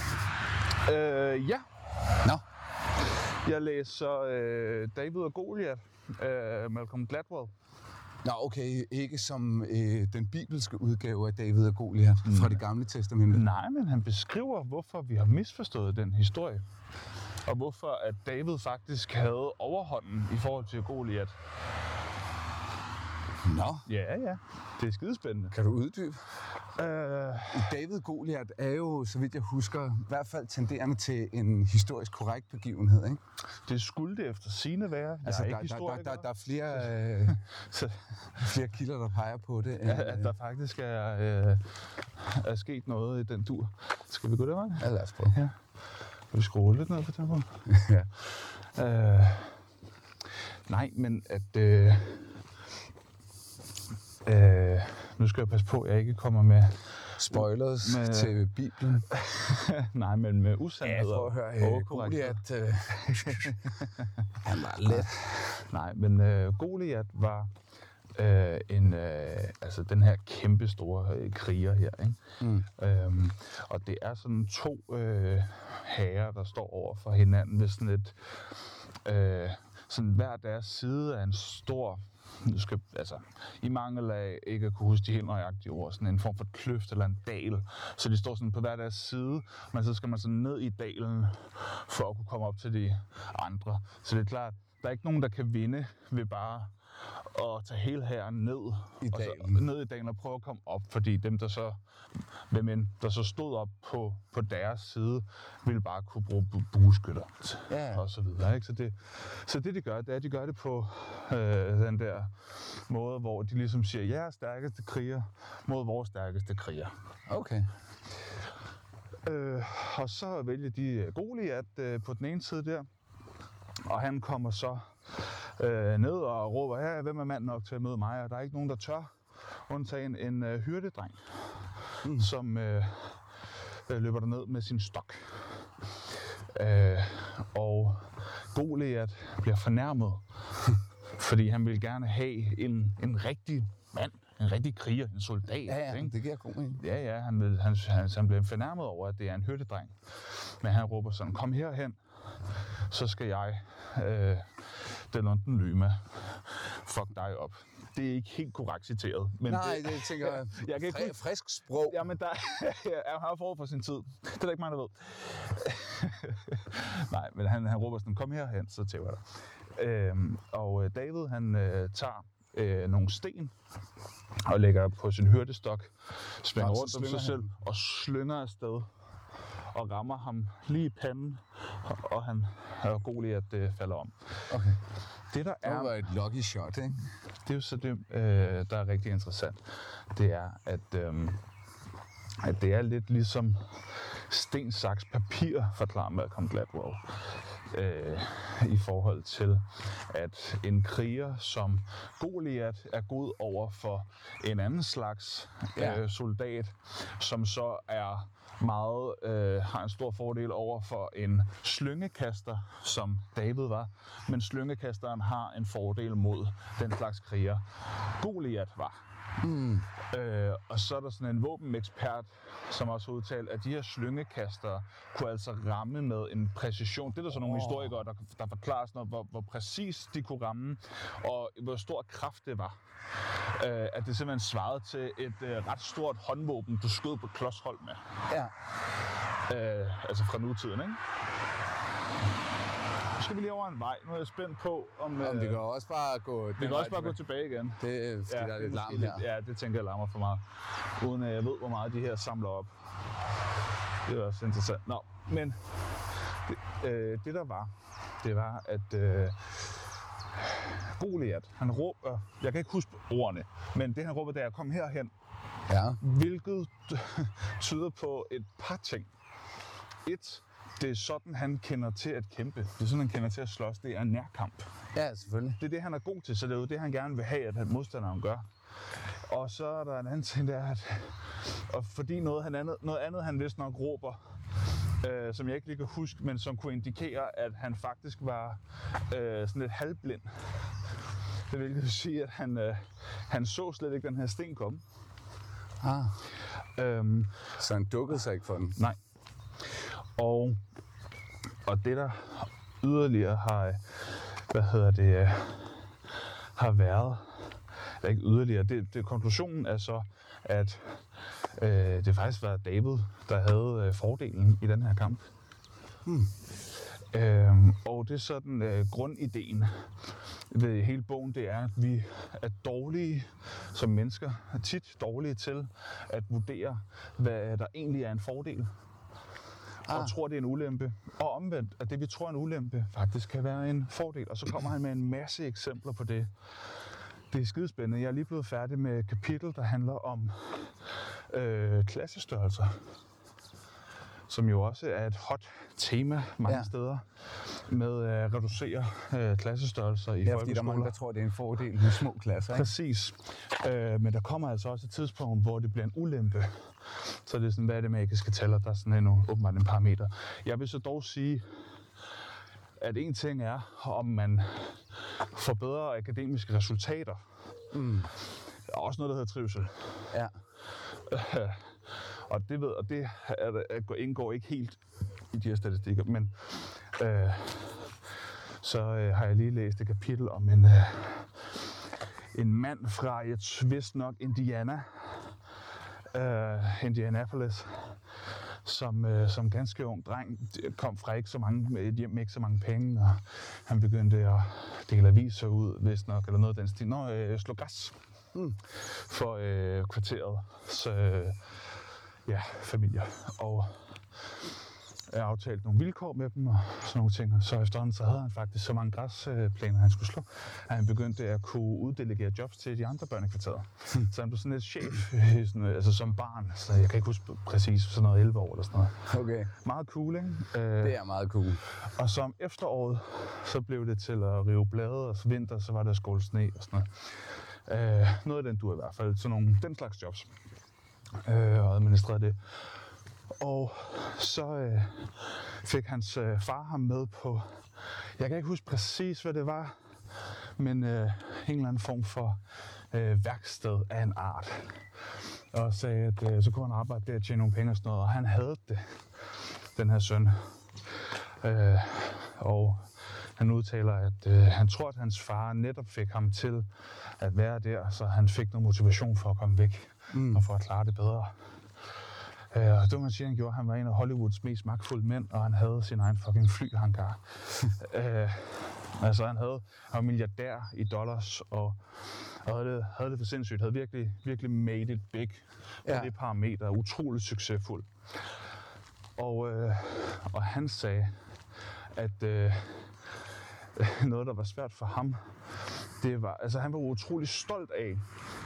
Øh, ja. Nå. Jeg læser øh, David og Goliat af Malcolm Gladwell. Nå, okay. Ikke som øh, den bibelske udgave af David og Goliat mm. fra det gamle testamente. Nej, men han beskriver, hvorfor vi har misforstået den historie. Og hvorfor at David faktisk havde overhånden i forhold til Goliat. Nå, Ja, ja. Det er skidespændende. kan du uddybe? Øh, David Goliat er jo, så vidt jeg husker, i hvert fald tenderende til en historisk korrekt begivenhed, ikke? det skulle det efter sine være. Jeg Altså, er der, ikke der, der, historiker. der, der er flere, øh, Så, flere kilder, der peger på det. ja, at der faktisk er, øh, er sket noget i den dur. Skal vi gå der vej? Ja, lad os prøve. Ja. Kan vi skrue lidt ned på tempoet? Ja. Øh, nej, men at... Øh, øh, nu skal jeg passe på, at jeg ikke kommer med spoilers med, til Bibelen. Nej, men med usandheder. Ja, for at høre, uh, Goliat, uh, han var let. Nej, men uh, Goliat var uh, en, uh, altså den her kæmpe store uh, kriger her, ikke? Mm. Um, og det er sådan to uh, herrer, der står over for hinanden ved sådan et, uh, sådan hver deres side af en stor, du skal, altså, i mangel af ikke at kunne huske de helt nøjagtige ord, sådan en form for kløft eller en dal. Så de står sådan på hver deres side, men så skal man sådan ned i dalen for at kunne komme op til de andre. Så det er klart, der er ikke nogen, der kan vinde ved bare at tage hele hæren ned i og så, ned i dalen og prøve at komme op, fordi dem, der så, hvem end, der så stod op på, på deres side, ville bare kunne bruge bueskytter ja. og så videre. Ikke? Så, det, så det, de gør, det er, at de gør det på øh, den der måde, hvor de ligesom siger, ja, stærkeste kriger mod vores stærkeste kriger. Okay. Øh, og så vælger de Goliat øh, på den ene side der, og han kommer så øh, ned og råber, ja, hvem er mand nok til at møde mig? Og der er ikke nogen, der tør, undtagen en øh, hyrdedreng, mm. som øh, løber derned med sin stok. Øh, og Goliat bliver fornærmet, fordi han vil gerne have en, en rigtig mand, en rigtig kriger, en soldat. Ja, ja, ikke? det giver god mening. Ja, ja, han, vil, han, han, han bliver fornærmet over, at det er en hyrdedreng. Men han råber sådan, kom herhen, så skal jeg, øh, den London Lyma, fuck dig op. Det er ikke helt korrekt citeret. Men Nej, det, det tænker jeg. jeg kan ikke Fri, frisk sprog. Jamen, der er han forud for sin tid. Det er der ikke mange, der ved. Nej, men han, han råber sådan, kom herhen, så tæver jeg dig. Øhm, og David, han øh, tager øh, nogle sten og lægger på sin hyrdestok, svinger ja, rundt om sig selv og slynger afsted og rammer ham lige i panden, og han og Goliat øh, falder om. Okay. Det der er, det var et lucky shot, ikke? Det er jo så det, øh, der er rigtig interessant. Det er, at, øh, at det er lidt ligesom sten, saks, papir, forklarer Malcolm Gladwell. Øh, i forhold til, at en kriger som Goliat er god over for en anden slags ja. øh, soldat, som så er meget øh, har en stor fordel over for en slyngekaster, som David var, men slyngekasteren har en fordel mod den slags kriger, Goliat var. Mm. Øh, og så er der sådan en våbenekspert, som også har udtalt, at de her slyngekastere kunne altså ramme med en præcision. Det er der så nogle oh. historikere, der, der forklarer sådan noget, hvor, hvor præcis de kunne ramme, og hvor stor kraft det var. Øh, at det simpelthen svarede til et øh, ret stort håndvåben, du skød på klodshold med. Ja. Øh, altså fra nutiden, ikke? Nu skal vi lige over en vej. Nu er jeg spændt på, om... Jamen, vi kan også bare gå... Vi kan også bare gå tilbage igen. Det er, fordi ja, der er lidt larm lidt, her. Ja, det tænker jeg larmer for meget. Uden at jeg ved, hvor meget de her samler op. Det er også interessant. Nå, men det, øh, det der var, det var, at øh, Goliat, han råber... Jeg kan ikke huske ordene, men det han råber, det er, kom herhen. Ja. Hvilket tyder på et par ting. Et, det er sådan, han kender til at kæmpe. Det er sådan, han kender til at slås. Det er nærkamp. Ja, selvfølgelig. Det er det, han er god til, så det er jo det, han gerne vil have, at modstanderen gør. Og så er der en anden ting, der er, at og fordi noget, han andet, noget andet, han vist nok råber, øh, som jeg ikke lige kan huske, men som kunne indikere, at han faktisk var øh, sådan lidt halvblind. Det vil sige, at han, øh, han så slet ikke den her sten komme. Ah. Øhm, så han dukkede sig ikke for den? Nej. Og, og det, der yderligere har, hvad hedder det, har været, eller ikke yderligere, det, det konklusionen er så, at øh, det faktisk var David, der havde øh, fordelen i den her kamp. Hmm. Øhm, og det er sådan øh, grundideen ved hele bogen, det er, at vi er dårlige som mennesker, er tit dårlige til at vurdere, hvad der egentlig er en fordel. Og ah. tror, det er en ulempe. Og omvendt, at det, vi tror er en ulempe, faktisk kan være en fordel. Og så kommer han med en masse eksempler på det. Det er skidespændende. Jeg er lige blevet færdig med et kapitel, der handler om øh, klassestørrelser. Som jo også er et hot tema mange ja. steder. med at reducere øh, klassestørrelser i Ja, fordi folkeskoler. der er mange, der tror, det er en fordel med små klasser, ikke? Præcis. Øh, men der kommer altså også et tidspunkt, hvor det bliver en ulempe. Så det er sådan, hvad er det magiske tal, og der er sådan endnu åbenbart en parameter. Jeg vil så dog sige, at en ting er, om man får bedre akademiske resultater. Mm. Der er også noget, der hedder trivsel. Ja. Og det ved, og det er, er, indgår ikke helt i de her statistikker, men øh, så øh, har jeg lige læst et kapitel om en, øh, en mand fra, jeg vidste nok, Indiana, øh, Indianapolis, som, øh, som ganske ung dreng kom fra ikke så mange, et hjem med ikke så mange penge, og han begyndte at dele aviser ud, vist nok, eller noget af den stil. Nå, øh, slå græs mm. for øh, kvarteret. Så, øh, ja, familier. Og jeg aftalt nogle vilkår med dem og sådan nogle ting. Så efterhånden så havde han faktisk så mange græsplæner, han skulle slå, at han begyndte at kunne uddelegere jobs til de andre børn i kvarteret. Hmm. Så han blev sådan lidt chef, sådan, altså som barn. Så jeg kan ikke huske præcis, sådan noget elleve år eller sådan noget. Okay. Meget cool, ikke? Det er meget cool. Og så om efteråret, så blev det til at rive blade, og så vinter, så var der skål sne og sådan noget. Øh, noget af den du i hvert fald, sådan nogle, den slags jobs. Øh, og administrerede det. Og så øh, fik hans øh, far ham med på, jeg kan ikke huske præcis, hvad det var, men øh, en eller anden form for øh, værksted af en art. Og sagde, at øh, så kunne han arbejde der og tjene nogle penge og sådan noget, og han havde det, den her søn. Øh, og han udtaler, at øh, han tror, at hans far netop fik ham til at være der, så han fik noget motivation for at komme væk mm. og for at klare det bedre. Uh, det var man siger, han gjorde. Han var en af Hollywoods mest magtfulde mænd, og han havde sin egen fucking flyhangar. uh, altså han havde, han var milliardær i dollars, og, og havde, det, havde det for sindssygt. Havde virkelig, virkelig made it big på ja. det parameter. Utroligt succesfuld. Og, uh, og han sagde, at uh, noget, der var svært for ham, det var, altså han var utrolig stolt af,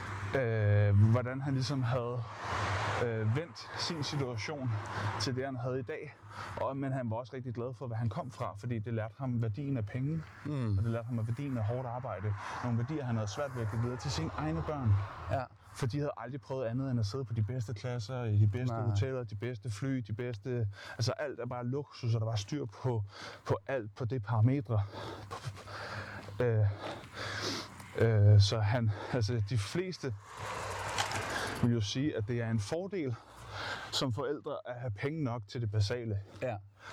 uh, hvordan han ligesom havde Øh, vendt sin situation til det, han havde i dag. Og, men han var også rigtig glad for, hvad han kom fra, fordi det lærte ham værdien af penge, mm. og det lærte ham værdien af hårdt arbejde. Nogle værdier, han havde svært ved at give videre til sine egne børn. Ja. For de havde aldrig prøvet andet end at sidde på de bedste klasser, i de bedste Nej. hoteller, de bedste fly, de bedste... Altså alt er bare luksus, og der var styr på, på alt på det parametre. Øh, øh, så han, altså de fleste vil jo sige, at det er en fordel som forældre at have penge nok til det basale. Ja.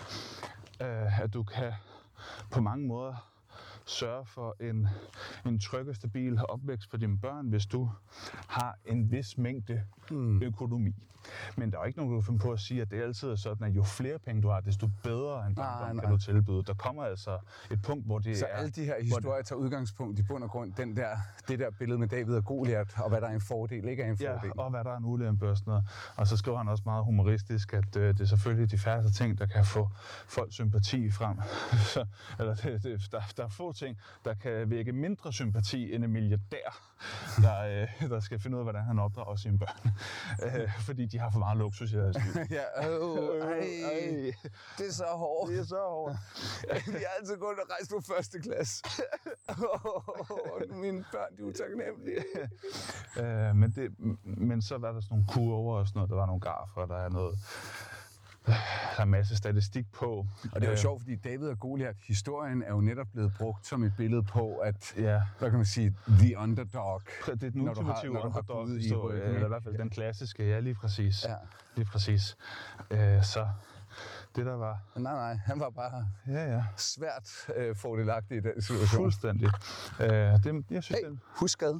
Uh, at du kan på mange måder sørge for en, en tryg og stabil opvækst for dine børn, hvis du har en vis mængde mm. økonomi. Men der er ikke nogen, der kan finde på at sige, at det altid er sådan, at jo flere penge du har, desto bedre end ah, kan du tilbyde. Der kommer altså et punkt, hvor det så er... Så alle de her historier tager udgangspunkt i bund og grund, den der, det der billede med David og Goliat, og hvad der er en fordel, ikke er en fordel. Ja, og hvad der er en ulempe og sådan noget. Og så skriver han også meget humoristisk, at øh, det er selvfølgelig de færreste ting, der kan få folks sympati frem. så, eller det, det, der, der er få ting, der kan vække mindre sympati end en milliardær, der, øh, der skal finde ud af, hvordan han opdrager sine børn. øh, fordi de har for meget luksus i deres liv. ja, øh, ej, ej. Det er så hårdt. Det er så hårdt. Vi har altid gået og rejst på første klasse. Mine børn, de er utaknemmelige. øh, men, det, men så var der sådan nogle kurver og sådan noget. Der var nogle grafer, der er noget... Der er en masse statistik på. Og det er jo øh, sjovt, fordi David og Goliat, historien er jo netop blevet brugt som et billede på, at, ja. hvad kan man sige, the underdog. Det er den ultimative underdog-historie, eller i hvert fald ja. den klassiske, ja, lige præcis. Ja. Lige præcis. Øh, så det der var... Nej, nej, han var bare ja, ja. svært øh, fordelagtig i den situation. Fuldstændig. Øh, det, jeg synes, hey, husskade.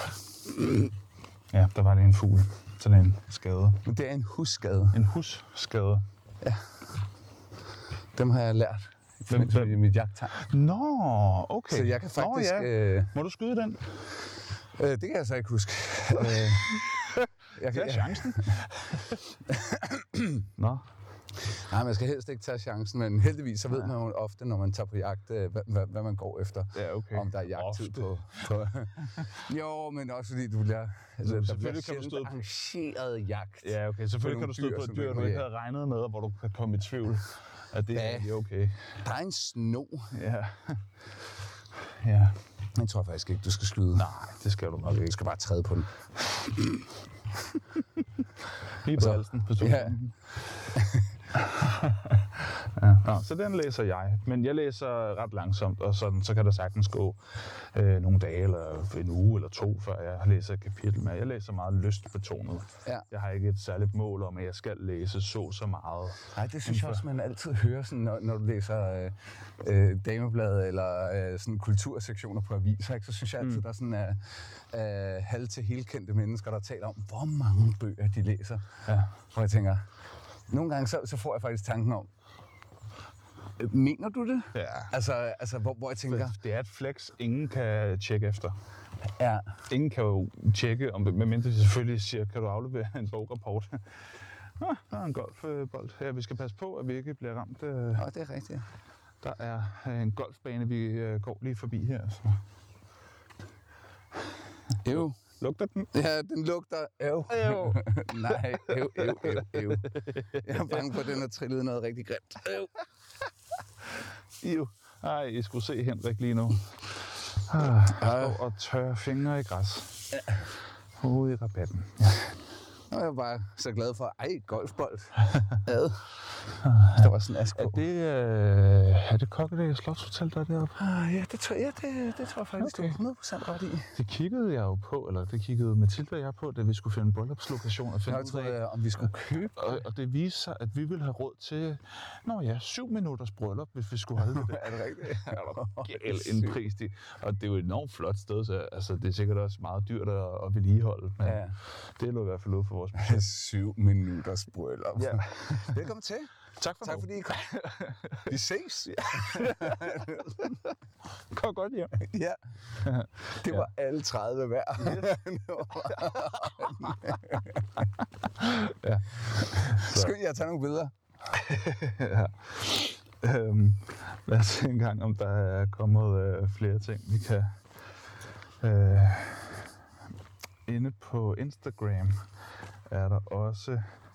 Ja, der var det en fugl. Sådan en skade. Det er en husskade. En husskade. Ja. Dem har jeg lært i mit jagttegn. Nå, okay. Så jeg kan faktisk... Nå, ja. øh... Må du skyde den? Øh, det kan jeg så ikke huske. øh, jeg kan... Tag chancen. Nå. Nej, man skal helst ikke tage chancen, men heldigvis så ved ja. man jo ofte, når man tager på jagt, hvad, hvad, hvad man går efter. Ja, okay. Om der er jagttid på, på... Jo, men også fordi du bliver... Altså, der selvfølgelig kan du stå på arrangeret jagt. Ja, okay. Selvfølgelig kan du stå på et dyr, du ikke havde regnet med, hvor du kan komme i tvivl. at det Ja. er lige okay. Der er en sno. Ja. Ja. Jeg tror faktisk ikke, du skal skyde. Nej, det skal du nok Du ikke. skal bare træde på den. Lige på halsen, hvis du Ja. Ja. Nå, så den læser jeg, men jeg læser ret langsomt, og sådan, så kan der sagtens gå øh, nogle dage, eller en uge eller to, før jeg læser et kapitel med. Jeg læser meget lystbetonet. Ja. Jeg har ikke et særligt mål om, at jeg skal læse så så meget. Nej, det synes jeg også, man altid hører, sådan, når, når du læser øh, øh, damebladet eller øh, sådan kultursektioner på aviser. Ikke? Så synes jeg altid, mm. der er sådan øh, øh, halv til helkendte mennesker, der taler om, hvor mange bøger de læser. Ja. Hvor jeg tænker, nogle gange så, så får jeg faktisk tanken om, øh, mener du det? Ja. Altså, altså hvor, hvor jeg tænker, Det er et flex, ingen kan tjekke efter. ja, Ingen kan jo tjekke, om det, medmindre de selvfølgelig siger, kan du aflevere en bograpport? Nå, der er en golfbold. Ja, vi skal passe på, at vi ikke bliver ramt. øh, Nå, det er rigtigt. Der er øh, en golfbane, vi øh, går lige forbi her. Så. Ew. Lugter den? Ja, den lugter. Ew. Ew. Nej, ew, ew, ew, ew. Jeg er bange på, at den har trillet noget rigtig grimt. Ew. Iu. Ej, I skulle se Henrik lige nu. Ah, står og tørrer fingre i græs. Ude i rabatten. Ja. Nå, jeg er bare så glad for, ej, golfbold. Ad. Der var sådan en ask Er på. det, øh, er det Kokkedal Slotshotel, der er deroppe? Ah, ja, det tror jeg, ja, det, det tror jeg faktisk, Okay. du er hundrede procent ret i. Det kiggede jeg jo på, eller det kiggede Mathilde og jeg på, da vi skulle finde bryllupslokation og finde Jeg ud troede, af. jeg, om vi skulle købe. Og, og det viste sig, at vi ville have råd til, nå ja, syv minutters bryllup, hvis vi skulle holde det der. Er det rigtigt? Gæld en pris. Det. Og det er jo et enormt flot sted, så altså, det er sikkert også meget dyrt at, at vedligeholde. Men Ja. det lå i hvert fald ud for vores budget. Syv minutters bryllup. Ja. Velkommen til. Tak for Tak nu. fordi I kom. Vi ses. Kom godt hjem. Ja. Det var alle tredive hver. Ja. Skynd jer at tage nogle billeder. Ja. Øhm, lad os se en gang, om der er kommet øh, flere ting, vi kan... Øh, inde på Instagram er der også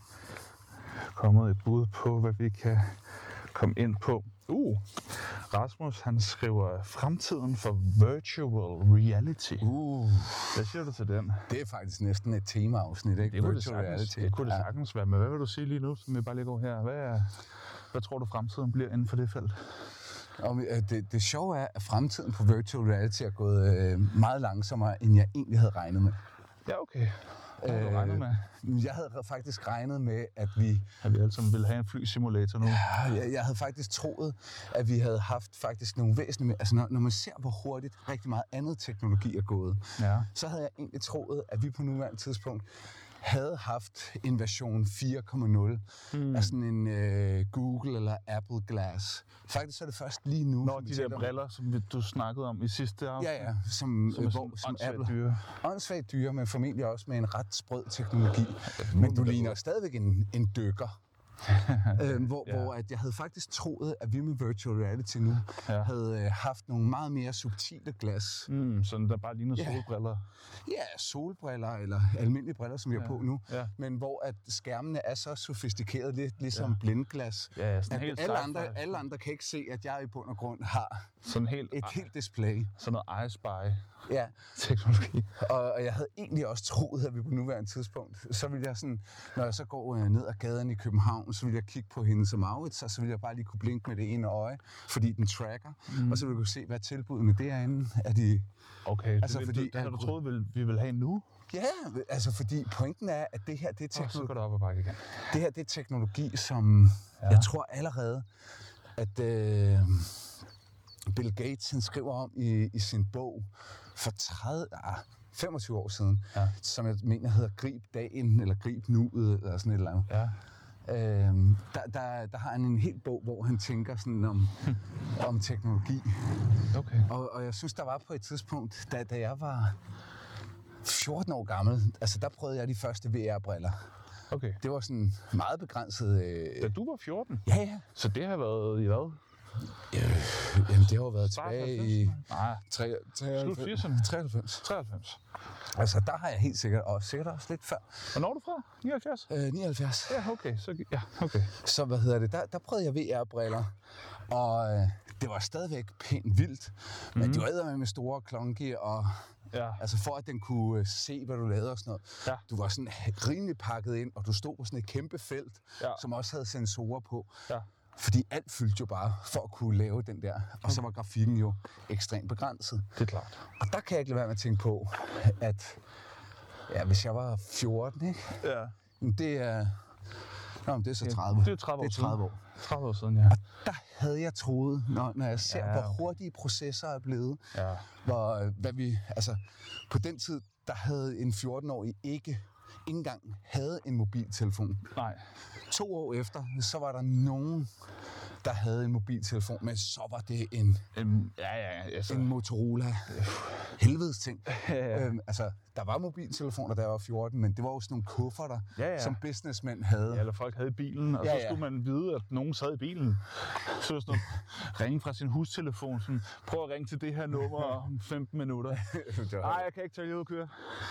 kommet et bud på, hvad vi kan komme ind på. Uh, Rasmus, han skriver fremtiden for virtual reality. Uh, Hvad siger du til den? det er faktisk næsten et temaafsnit, ikke? Det kunne det Virtual sagtens, reality. det, kunne det Ja. sagtens være. Men hvad vil du sige lige nu, som vi bare lige går her? Hvad, er, hvad tror du, fremtiden bliver inden for det felt? Og øh, det, det sjove er, at fremtiden på virtual reality er gået øh, meget langsommere, end jeg egentlig havde regnet med. Ja, okay. Hvad havde du regnet med? Jeg havde faktisk regnet med, at vi... At vi alle sammen ville have en flysimulator nu? Jeg, jeg havde faktisk troet, at vi havde haft faktisk nogle væsentlige... med- Altså, når, når man ser, hvor hurtigt rigtig meget andet teknologi er gået, Ja. så havde jeg egentlig troet, at vi på nuværende tidspunkt havde haft en version fire komma nul Hmm. af sådan en øh, Google eller Apple Glass. Faktisk så er det først lige nu... Nå, som vi de der taler om- briller, som vi- du snakkede om i sidste afsnit. Ja, ja, som, Som er øh, sådan hvor, som åndssvagt Apple. dyre. Åndssvagt dyre, men formentlig også med en ret sprød teknologi. Men du ligner stadigvæk en, en dykker. øhm, hvor, Ja. hvor at jeg havde faktisk troet, at vi med virtual reality nu Ja. havde øh, haft nogle meget mere subtile glas. Mm, sådan der bare ligner Ja. solbriller. Ja, solbriller eller almindelige briller, som vi har Ja. på nu. Ja. Men hvor at skærmene er så sofistikerede, lidt ligesom Ja. blindglas. Ja, sådan At helt alle, sci-fi. andre, alle andre kan ikke se, at jeg i bund og grund har Sådan helt, et helt display. sådan noget iSpy Ja, teknologi. og og jeg havde egentlig også troet, at vi på nuværende tidspunkt, så ville jeg sådan, når jeg så går øh, ned ad gaden i København, så ville jeg kigge på hende som Maurits, og så ville jeg bare lige kunne blinke med det ene øje, fordi den tracker, mm. og så ville jeg kunne se, hvad tilbudene derinde er. De... Okay, Altså, altså, det, fordi fordi, det havde du han troet, vi ville, vi ville have nu? Ja, altså fordi pointen er, at det her, det er, Og så teknologi, går det op og bakke igen. det her, det er teknologi, som ja. jeg tror allerede, at øh, Bill Gates han skriver om i, i sin bog for tredive, ah, femogtyve år siden, Ja. som jeg mener hedder Grib dagen, eller Grib nuet, eller sådan et eller andet. Ja. Øhm, der, der, der har han en hel bog, hvor han tænker sådan om, om teknologi. Okay. Og, og jeg synes, der var på et tidspunkt, da, da jeg var fjorten år gammel, altså der prøvede jeg de første V R-briller. Okay. Det var sådan meget begrænset. Øh... Da du var fjorten? Ja, ja. Så det har været i hvad? Øh, jamen, det har jo været tilbage i Nej, treoghalvfems. treoghalvfems. Altså, der har jeg helt sikkert, og sikkert også lidt før. Hvornår er du fra? nioghalvfjerds? Øh, nioghalvfjerds. Ja, okay. Så, ja, okay. Så hvad hedder det? Der, der prøvede jeg V R-briller, og øh, det var stadigvæk pænt vildt. Men mm-hmm. de var eddermame med store klonke, og ja. altså for at den kunne øh, se, hvad du lavede og sådan noget. Ja. Du var sådan rimelig pakket ind, og du stod på sådan et kæmpe felt, ja. som også havde sensorer på. Ja. Fordi alt fyldte jo bare for at kunne lave den der. Og så var grafikken jo ekstremt begrænset. Det er klart. Og der kan jeg ikke lade være med at tænke på, at ja, hvis jeg var fjorten, ikke? Ja. Det er... Nå, men det er så tredive. Det er tredive år, det er tredive år. tredive år siden, ja. Og der havde jeg troet, når, når jeg ser, ja, okay. hvor hurtige processorer er blevet. Ja. Hvor, hvad vi, altså, på den tid, der havde en fjorten-årig ikke, ikke engang havde en mobiltelefon. Nej. To år efter, så var der nogen, der havde en mobiltelefon, men så var det en, en, ja, ja, altså. en Motorola. Helvedes ting. Ja, ja. Øhm, altså, der var mobiltelefoner, da jeg var fjorten, men det var jo sådan nogle kufferter, ja, ja. som businessmænd havde. Ja, eller folk havde i bilen, og ja, så skulle ja. man vide, at nogen sad i bilen. Så sådan ringe fra sin hustelefon, sådan, prøv at ringe til det her nummer om femten minutter. Nej, jeg kan ikke tage jer ud og køre.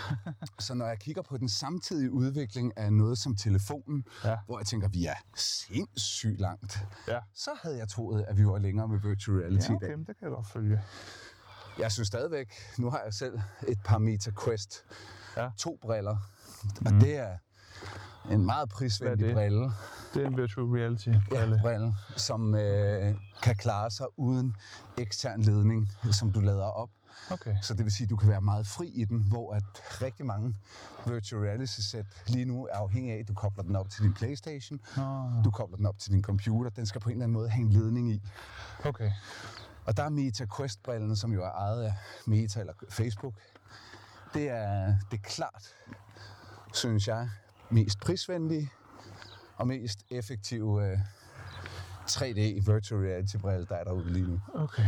Så når jeg kigger på den samtidige udvikling af noget som telefonen, ja. hvor jeg tænker, vi er sindssygt langt, ja. så havde jeg troet, at vi var længere med virtual reality ja, okay, i dag. Det kan jeg godt følge. Jeg synes stadigvæk, nu har jeg selv et par Meta Quest ja. to briller, og mm. det er en meget prisvenlig brille. Det er en virtual reality brille, ja, brille som øh, kan klare sig uden ekstern ledning, som du lader op. Okay. Så det vil sige, at du kan være meget fri i den, hvor at rigtig mange virtual reality-sæt lige nu er afhængig af, at du kobler den op til din PlayStation, oh. du kobler den op til din computer, den skal på en eller anden måde hænge ledning i. Okay. Og der er Meta Quest-brillen, som jo er ejet af Meta eller Facebook. Det er, det er klart, synes jeg, mest prisvenlige og mest effektive uh, tre D virtual reality-brille, der er derude lige nu. Okay.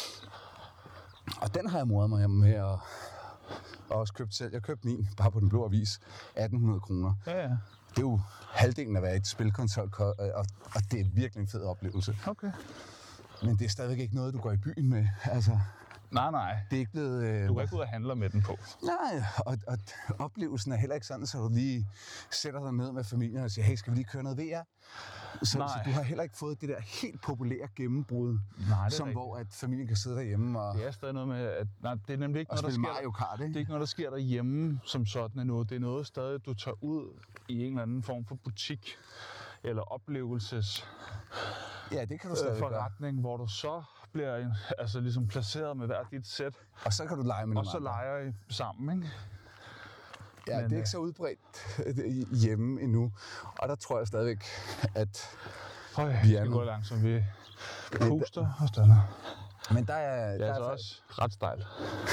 Og den har jeg moret mig med at og også købt selv. Jeg købte min, bare på Den Blå Avis, atten hundrede kroner. Ja, ja. Det er jo halvdelen af, hvad et spilkonsol, og, og det er virkelig en fed oplevelse. Okay. Men det er stadigvæk ikke noget, du går i byen med. Altså, nej, nej. Det er ikke blevet... Øh, du kan ikke ud og handle med den på. Nej, og, og oplevelsen er heller ikke sådan, så du lige sætter dig ned med familien og siger, hey, skal vi lige køre noget V R? Så, så du har heller ikke fået det der helt populære gennembrud, nej, som rigtigt. Hvor at familien kan sidde derhjemme og... Det er stadig noget med, at nej, det er nemlig ikke noget, der sker... Mario Kart, ikke? Det er ikke noget, der sker derhjemme som sådan endnu. Det er noget stadig, du tager ud i en eller anden form for butik eller oplevelses... Ja, det kan du stadig forretning, gøre. Hvor du så bliver altså ligesom placeret med hver dit sæt. Og så kan du lege med og så leger I sammen, ikke? Ja, men, det er ikke så udbredt hjemme endnu. Og der tror jeg stadigvæk, at høj, vi er nu... går langsomt. Vi puster og stander. Men der er... Det er, der altså er også ret stejlt.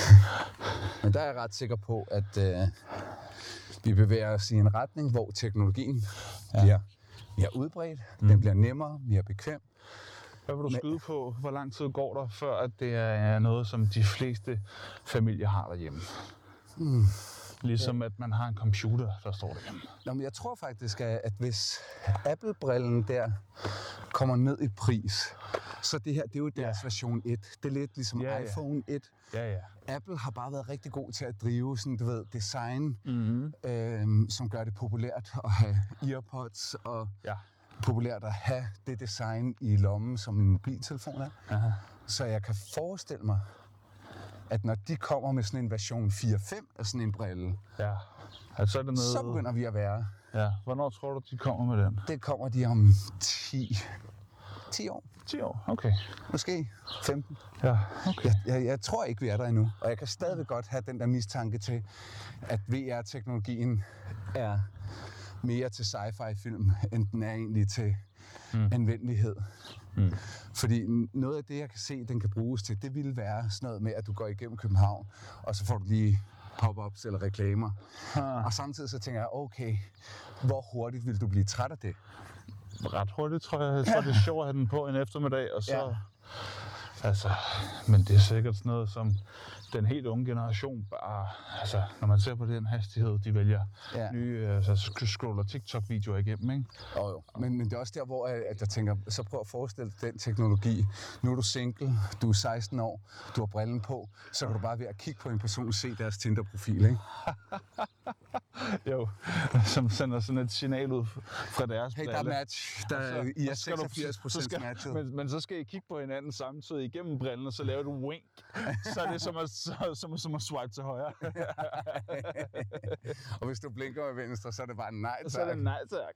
Men der er jeg ret sikker på, at øh, vi bevæger os i en retning, hvor teknologien ja. bliver mere udbredt, mm. den bliver nemmere, mere bekvem. Hvad vil du skyde på? Hvor lang tid går der, før at det er noget, som de fleste familier har derhjemme? Mm. Ligesom ja. at man har en computer, der står derhjemme. Nå, men jeg tror faktisk, at hvis Apple-brillen der kommer ned i pris, så det her, det er jo deres ja. version et. Det er lidt ligesom ja, iPhone ja. et. Ja, ja. Apple har bare været rigtig god til at drive sådan, du ved, design, mm-hmm. øhm, som gør det populært at have earpods og ja. populært at have det design i lommen, som en mobiltelefon er. Aha. Så jeg kan forestille mig, at når de kommer med sådan en version fire fem af sådan en brille, ja. altså, er det noget... så begynder vi at være. Ja. Hvornår tror du, de kommer med den? Det kommer de om ti, ti år. ti år, okay. Måske femten. Ja, okay. Jeg, jeg, jeg tror ikke, vi er der endnu. Og jeg kan stadig godt have den der mistanke til, at V R-teknologien er mere til sci-fi-film, end den er egentlig til mm. anvendelighed. Mm. Fordi noget af det, jeg kan se, den kan bruges til, det ville være sådan noget med, at du går igennem København, og så får du lige pop-ups eller reklamer. Ah. Og samtidig så tænker jeg, okay, hvor hurtigt vil du blive træt af det? Ret hurtigt, tror jeg. Så er det sjovt at have den på en eftermiddag, og så... Ja. Altså, men det er sikkert sådan noget, som den helt unge generation bare, altså, når man ser på den hastighed, de vælger ja. nye, altså, scroller TikTok-videoer igennem, ikke? Jo, jo. Men, men det er også der, hvor at jeg tænker, så prøv at forestille dig den teknologi. Nu er du single, du er seksten år, du har brillen på, så kan du bare ved at kigge på en person og se deres Tinder-profil, ikke? Jo, som sender sådan et signal ud fra deres hey, brille. der er match. Der, så, I er seksogfirs procent matchet. Men, men så skal I kigge på hinanden samtidig igennem brillen, og så laver du wink. Så er det som at, så, som, som at swipe til højre. Og hvis du blinker med venstre, så er det bare nej tak. Så er det nej tak.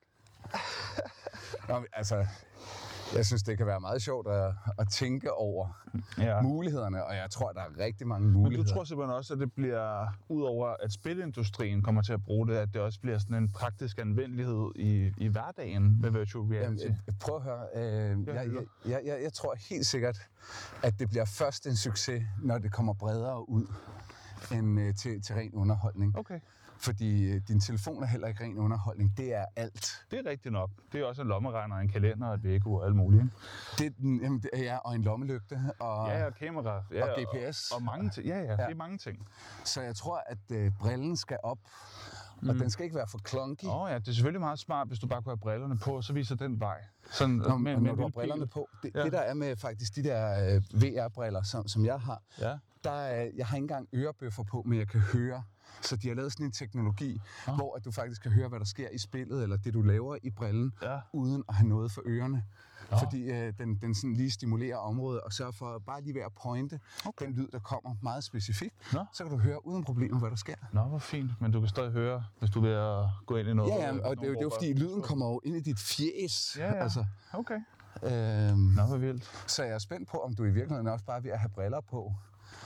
Nå, altså, jeg synes, det kan være meget sjovt at, at tænke over ja. mulighederne, og jeg tror, der er rigtig mange muligheder. Men du tror simpelthen også, at det bliver, udover at spilindustrien kommer til at bruge det, at det også bliver sådan en praktisk anvendelighed i, i hverdagen med virtual reality? Jamen, prøv at høre. Øh, jeg, jeg, jeg, jeg, jeg tror helt sikkert, at det bliver først en succes, når det kommer bredere ud end øh, til, til ren underholdning. Okay. Fordi øh, din telefon er heller ikke ren underholdning. Det er alt. Det er rigtigt nok. Det er også en lommeregner, en kalender, et vækkeur og alt muligt. Det, jamen, det er, ja, og en lommelygte. Og, ja, og kamera. Ja, og G P S. Og, og mange ting. Ja, ja, ja, det er mange ting. Så jeg tror, at øh, brillen skal op. Og mm. den skal ikke være for clunky. Åh oh, ja, det er selvfølgelig meget smart, hvis du bare kunne have brillerne på, så viser den vej. Sådan, Nå, med, med når du har brillerne på. Det, ja. det der er med faktisk de der øh, V R-briller, som, som jeg har, ja. der er, jeg har ikke engang ørebøffer på, men jeg kan høre. Så de har lavet sådan en teknologi, oh. hvor at du faktisk kan høre, hvad der sker i spillet, eller det du laver i brillen, ja. uden at have noget for ørerne. Oh. Fordi øh, den, den sådan lige stimulerer området og sørger for bare lige ved at pointe okay. den lyd, der kommer meget specifikt. Nå. Så kan du høre uden problemer, hvad der sker. Nå, hvor fint. Men du kan stadig høre, hvis du er ved at gå ind i noget. Ja, ja, og det er, jo, det er jo fordi, lyden kommer jo ind i dit fjes. Ja, ja. Altså. Okay. Øhm, Nå, hvor vildt. Så jeg er spændt på, om du i virkeligheden også bare er ved at have briller på.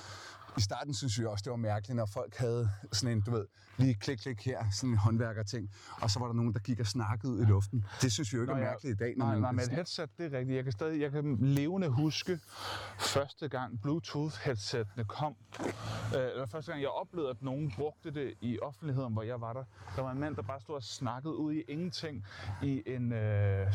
I starten synes jeg også, det var mærkeligt, når folk havde sådan en, du ved, lige klik, klik her, sådan en håndværkerting, og så var der nogen, der gik og snakkede ud i luften. Det synes vi jo ikke Nå, er mærkeligt i dag. Når nej, man nej, men et headset, det er rigtigt. Jeg kan stadig, jeg kan levende huske første gang Bluetooth-headsetene kom. Eller første gang, jeg oplevede, at nogen brugte det i offentligheden, hvor jeg var der. Der var en mand, der bare stod og snakkede ud i ingenting i en øh,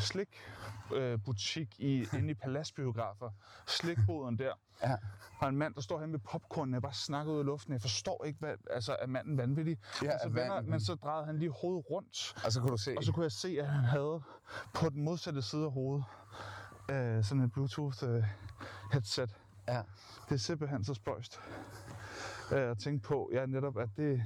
slikbutik øh, i, inde i Paladsbiografer. Slikboden der. Ja. Og en mand, der står hen ved popcornen, og bare snakker ud i luften. Jeg forstår ikke, hvad, altså, er manden vanvittig? Ja, men, så vender, men så drejede han lige hovedet rundt. Og så kunne du se. Og så kunne jeg se, at han havde på den modsatte side af hovedet øh, sådan et Bluetooth-headset. Øh, ja. Det er simpelthen så spøjst øh, at tænke på. Ja, netop, at det...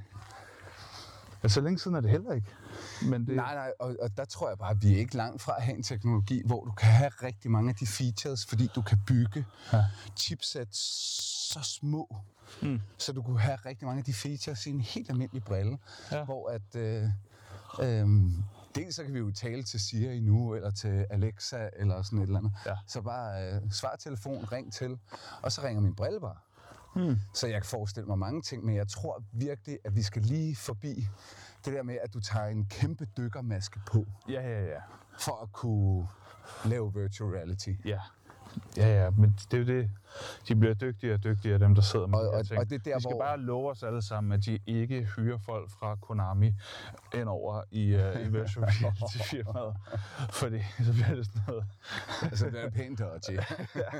Altså, så længe siden er det heller ikke. Men det... Nej, nej, og, og der tror jeg bare, at vi er ikke langt fra at have en teknologi, hvor du kan have rigtig mange af de features, fordi du kan bygge ja. chipsets så små, mm. så du kunne have rigtig mange af de features i en helt almindelig brille, ja. hvor at... Øh, øh, dels så kan vi jo tale til Siri nu, eller til Alexa, eller sådan et eller andet. Ja. Så bare øh, svar telefon, ring til, og så ringer min brille bare. Hmm. Så jeg kan forestille mig mange ting, men jeg tror virkelig, at vi skal lige forbi det der med, at du tager en kæmpe dykkermaske på. Ja, ja, ja. For at kunne lave virtual reality. Ja. Ja, ja, men det er jo det. De bliver dygtigere og dygtigere, dem der sidder med og, de her og, ting. Og det der, de skal hvor... bare love os alle sammen, at de ikke hyrer folk fra Konami ind over i, uh, i virtual reality-firmaet. Fordi så bliver det sådan noget... Så bliver det pænt dodgy. Ja.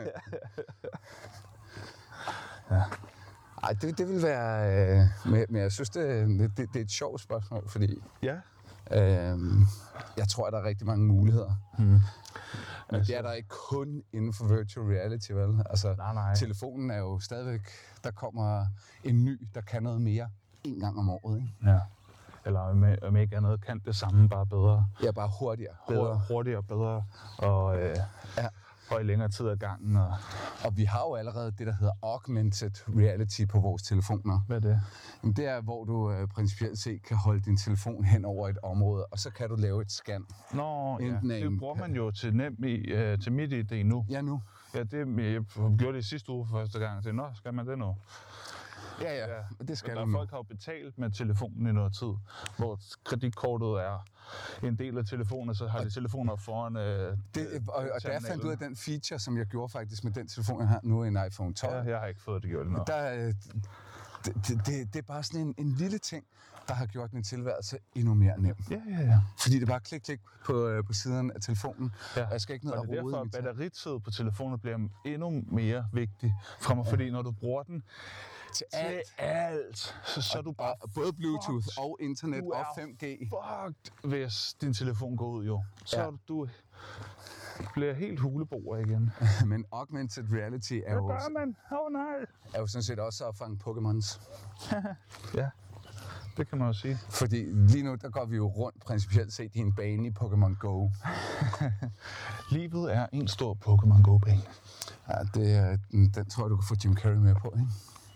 Ja. Ej, det, det vil være... Øh, men, men jeg synes, det, det, det er et sjovt spørgsmål, fordi... Ja. Øh, jeg tror, at der er rigtig mange muligheder. Hmm. Men altså, det er der ikke kun inden for virtual reality, vel? Altså, nej, nej. Telefonen er jo stadigvæk... Der kommer en ny, der kan noget mere en gang om året, ikke? Ja. Eller med, om ikke andet kan det samme, bare bedre. Ja, bare hurtigere. Bedre. Hurtigere, bedre. Og... Øh, ja. Og i længere tid af gangen. Og... og vi har jo allerede det, der hedder augmented reality på vores telefoner. Hvad er det? Jamen, det er, hvor du øh, principielt set kan holde din telefon hen over et område, og så kan du lave et scan. Nå, ja. Det bruger man jo til nem i, øh, til mit I D nu. Ja, nu. Ja, det, jeg gjorde det i sidste uge for første gang. Så, nå, skal man det nu? Ja, ja, ja, det skal der man. Folk har jo betalt med telefonen i noget tid, hvor kreditkortet er en del af telefonen, så har de telefoner foran øh, det, og, og der fandt du af den feature, som jeg gjorde faktisk med den telefon, jeg har nu, en iPhone tolv. Ja, jeg har ikke fået det gjort endnu. Der, det, det, det, det er bare sådan en, en lille ting, der har gjort min tilværelse endnu mere nem. Ja, ja, ja. Fordi det er bare klik, klik på, øh, på siden af telefonen, ja. og jeg skal ikke ned og, og det er rode derfor, i at mit batteritid på telefonen bliver endnu mere vigtig fra mig, ja. Fordi når du bruger den til til alt, alt så, så er du bare og både Bluetooth fucked. og internet Du og er fem G. Fucked, hvis din telefon går ud, jo. Så Ja. er du bliver helt huleboer igen. Men augmented reality er jo, Hvad gør man? Åh oh, nej. er jo sådan set også at fange Pokémons. Ja, det kan man jo sige. Fordi lige nu, der går vi jo rundt principielt set i en bane i Pokémon Go. Livet er en stor Pokémon Go-bane. Ja, det, er- den, den tror jeg, du kan få Jim Carrey med på, ikke?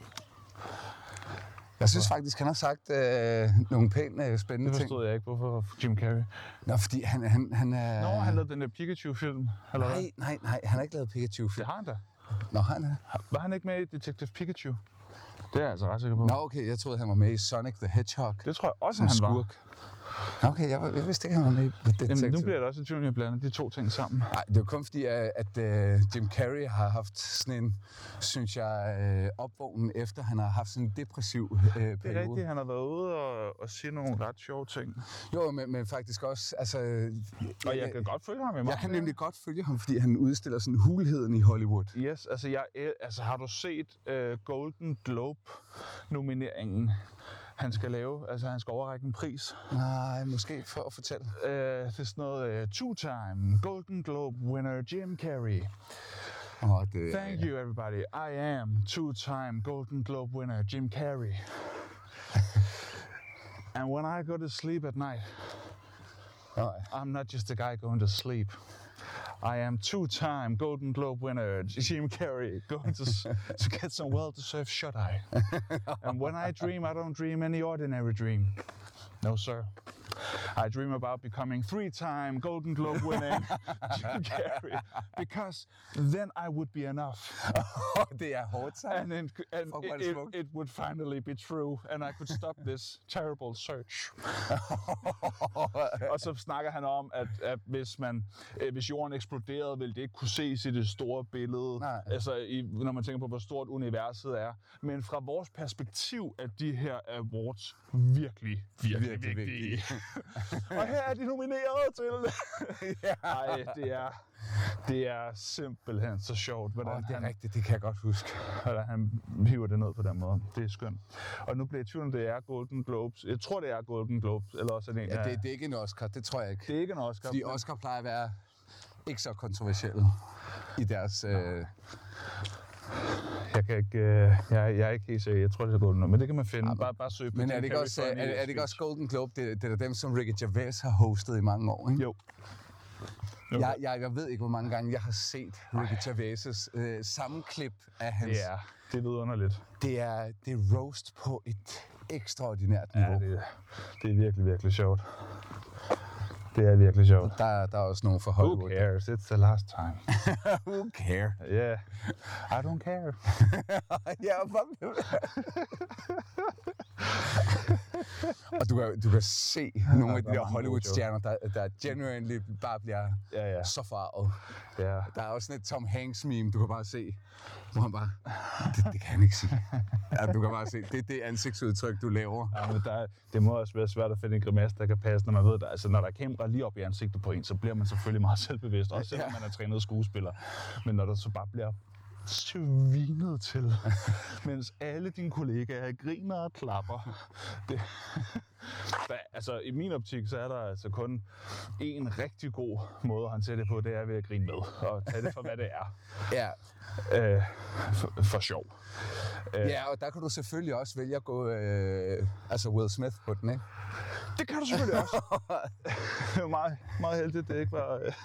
Jeg synes faktisk, han har sagt øh, nogle pæne, øh, spændende Det ting. forstod jeg ikke, hvorfor Jim Carrey. Nå, fordi han, han, han er... Nå, han lavede den der Pikachu-film, eller hvad? Nej, nej, nej, han har ikke lavet Pikachu. Det har han da. Nå, han er... Var han ikke med i Detective Pikachu? Det er jeg altså ret sikker på. Nå, okay, jeg troede, han var med i Sonic the Hedgehog. Det tror jeg også, Som han var. skurk. Nå, okay, jeg, jeg vidste ikke, han var med i Detective. Jamen, nu bliver det også et junior blandet de to ting sammen. Nej, det er jo kun fordi, at, at uh, Jim Carrey har haft sådan en, synes jeg, uh, opvågnen efter, han har haft sådan en depressiv uh, periode. Det er rigtigt, han har været ude og, og sige nogle ret sjove ting. Jo, men, men faktisk også, altså... Og jeg kan godt følge ham i meget. Jeg kan nemlig godt følge ham, fordi han udstiller sådan hulheden i Hollywood. Yes, altså, jeg, altså har du set uh, Golden Globe-nomineringen? Han skal lave, altså han skal overrække en pris. Nej, måske for at fortælle. Uh, det er sådan noget uh, two-time Golden Globe winner Jim Carrey. Oh, det, Thank you everybody. I am two-time Golden Globe winner Jim Carrey. And when I go to sleep at night, Nej. I'm not just a guy going to sleep. I am two-time Golden Globe winner Jim Carrey going to to get some well-deserved shut-eye. And when I dream, I don't dream any ordinary dream. No, sir. I dream about becoming three-time Golden Globe winning Jim Carrey, because then I would be enough. Det er hårdt sagt. And, it, and Fuck, hvor er it, det it, smukt. it would finally be true, and I could stop this terrible search. Og så snakker han om, at, at hvis, man, øh, hvis jorden eksploderede, ville det ikke kunne ses i det store billede. Nej. Altså, i, når man tænker på, hvor stort universet er. Men fra vores perspektiv er de her awards virkelig, virkelig, Virkelig vigtige. vigtige. Og her er de nomineret til. Ej, det er, det er simpelthen så sjovt, hvordan, Oh, det er han, rigtigt, det kan jeg godt huske. hvordan han hiver det ned på den måde. Det er skønt. Og nu bliver jeg i tvivl, om det er Golden Globes. Jeg tror, det er Golden Globes, eller også er det en Ja, af- det, det er ikke en Oscar, det tror jeg ikke. det er ikke en Oscar. Fordi men- Oscar plejer at være ikke så kontroversielle i deres... Øh, Jeg kan ikke, øh, jeg, jeg er ikke helt sikker. Jeg tror, det er Golden, men det kan man finde. Ja, bare, bare søg på men Jim er det, ikke Carrey også, for er, en er, lille er det ikke også speech. Golden Globe? Det, det er dem, som Ricky Gervais har hostet i mange år, ikke? Jo. jo. Jeg, jeg, jeg ved ikke, hvor mange gange jeg har set Ricky Gervais' øh, sammenklip af hans... Det er, det er vidunderligt. Det er, det er roast på et ekstraordinært niveau. Ja, det, det er virkelig, virkelig sjovt. Det er virkelig sjovt. Der, der er også nogle fra Who Hollywood. cares? It's the last time. Who care? Yeah. I don't care. Ja, hvor blev det? Og du kan, du kan se nogle af de der er der mange Hollywood-stjerner, der, der genuinely bare bliver Ja, ja. så farvet. Ja. Der er også sådan et Tom Hanks-meme, du kan bare se, hvor han bare, det, det kan han ikke sige. Ja, du kan bare se, det er det ansigtsudtryk, du laver. Ja, men der, det må også være svært at finde en grimasse, der kan passe, når man ved, der, altså når der er kamera lige op i ansigtet på en, så bliver man selvfølgelig meget selvbevidst, også selvom Ja. man er trænet skuespiller. Men når der så bare bliver svinet til, mens alle dine kollegaer griner og klapper. Det, der, altså i min optik, så er der altså kun en rigtig god måde at håndtere det på, det er ved at grine med og tage det for, hvad det er. Ja. Øh, for, for sjov. Øh, Ja, og der kan du selvfølgelig også vælge at gå, øh, altså Will Smith på den, ikke? Det kan du selvfølgelig også. Det var meget, meget heldigt, det ikke var... Øh.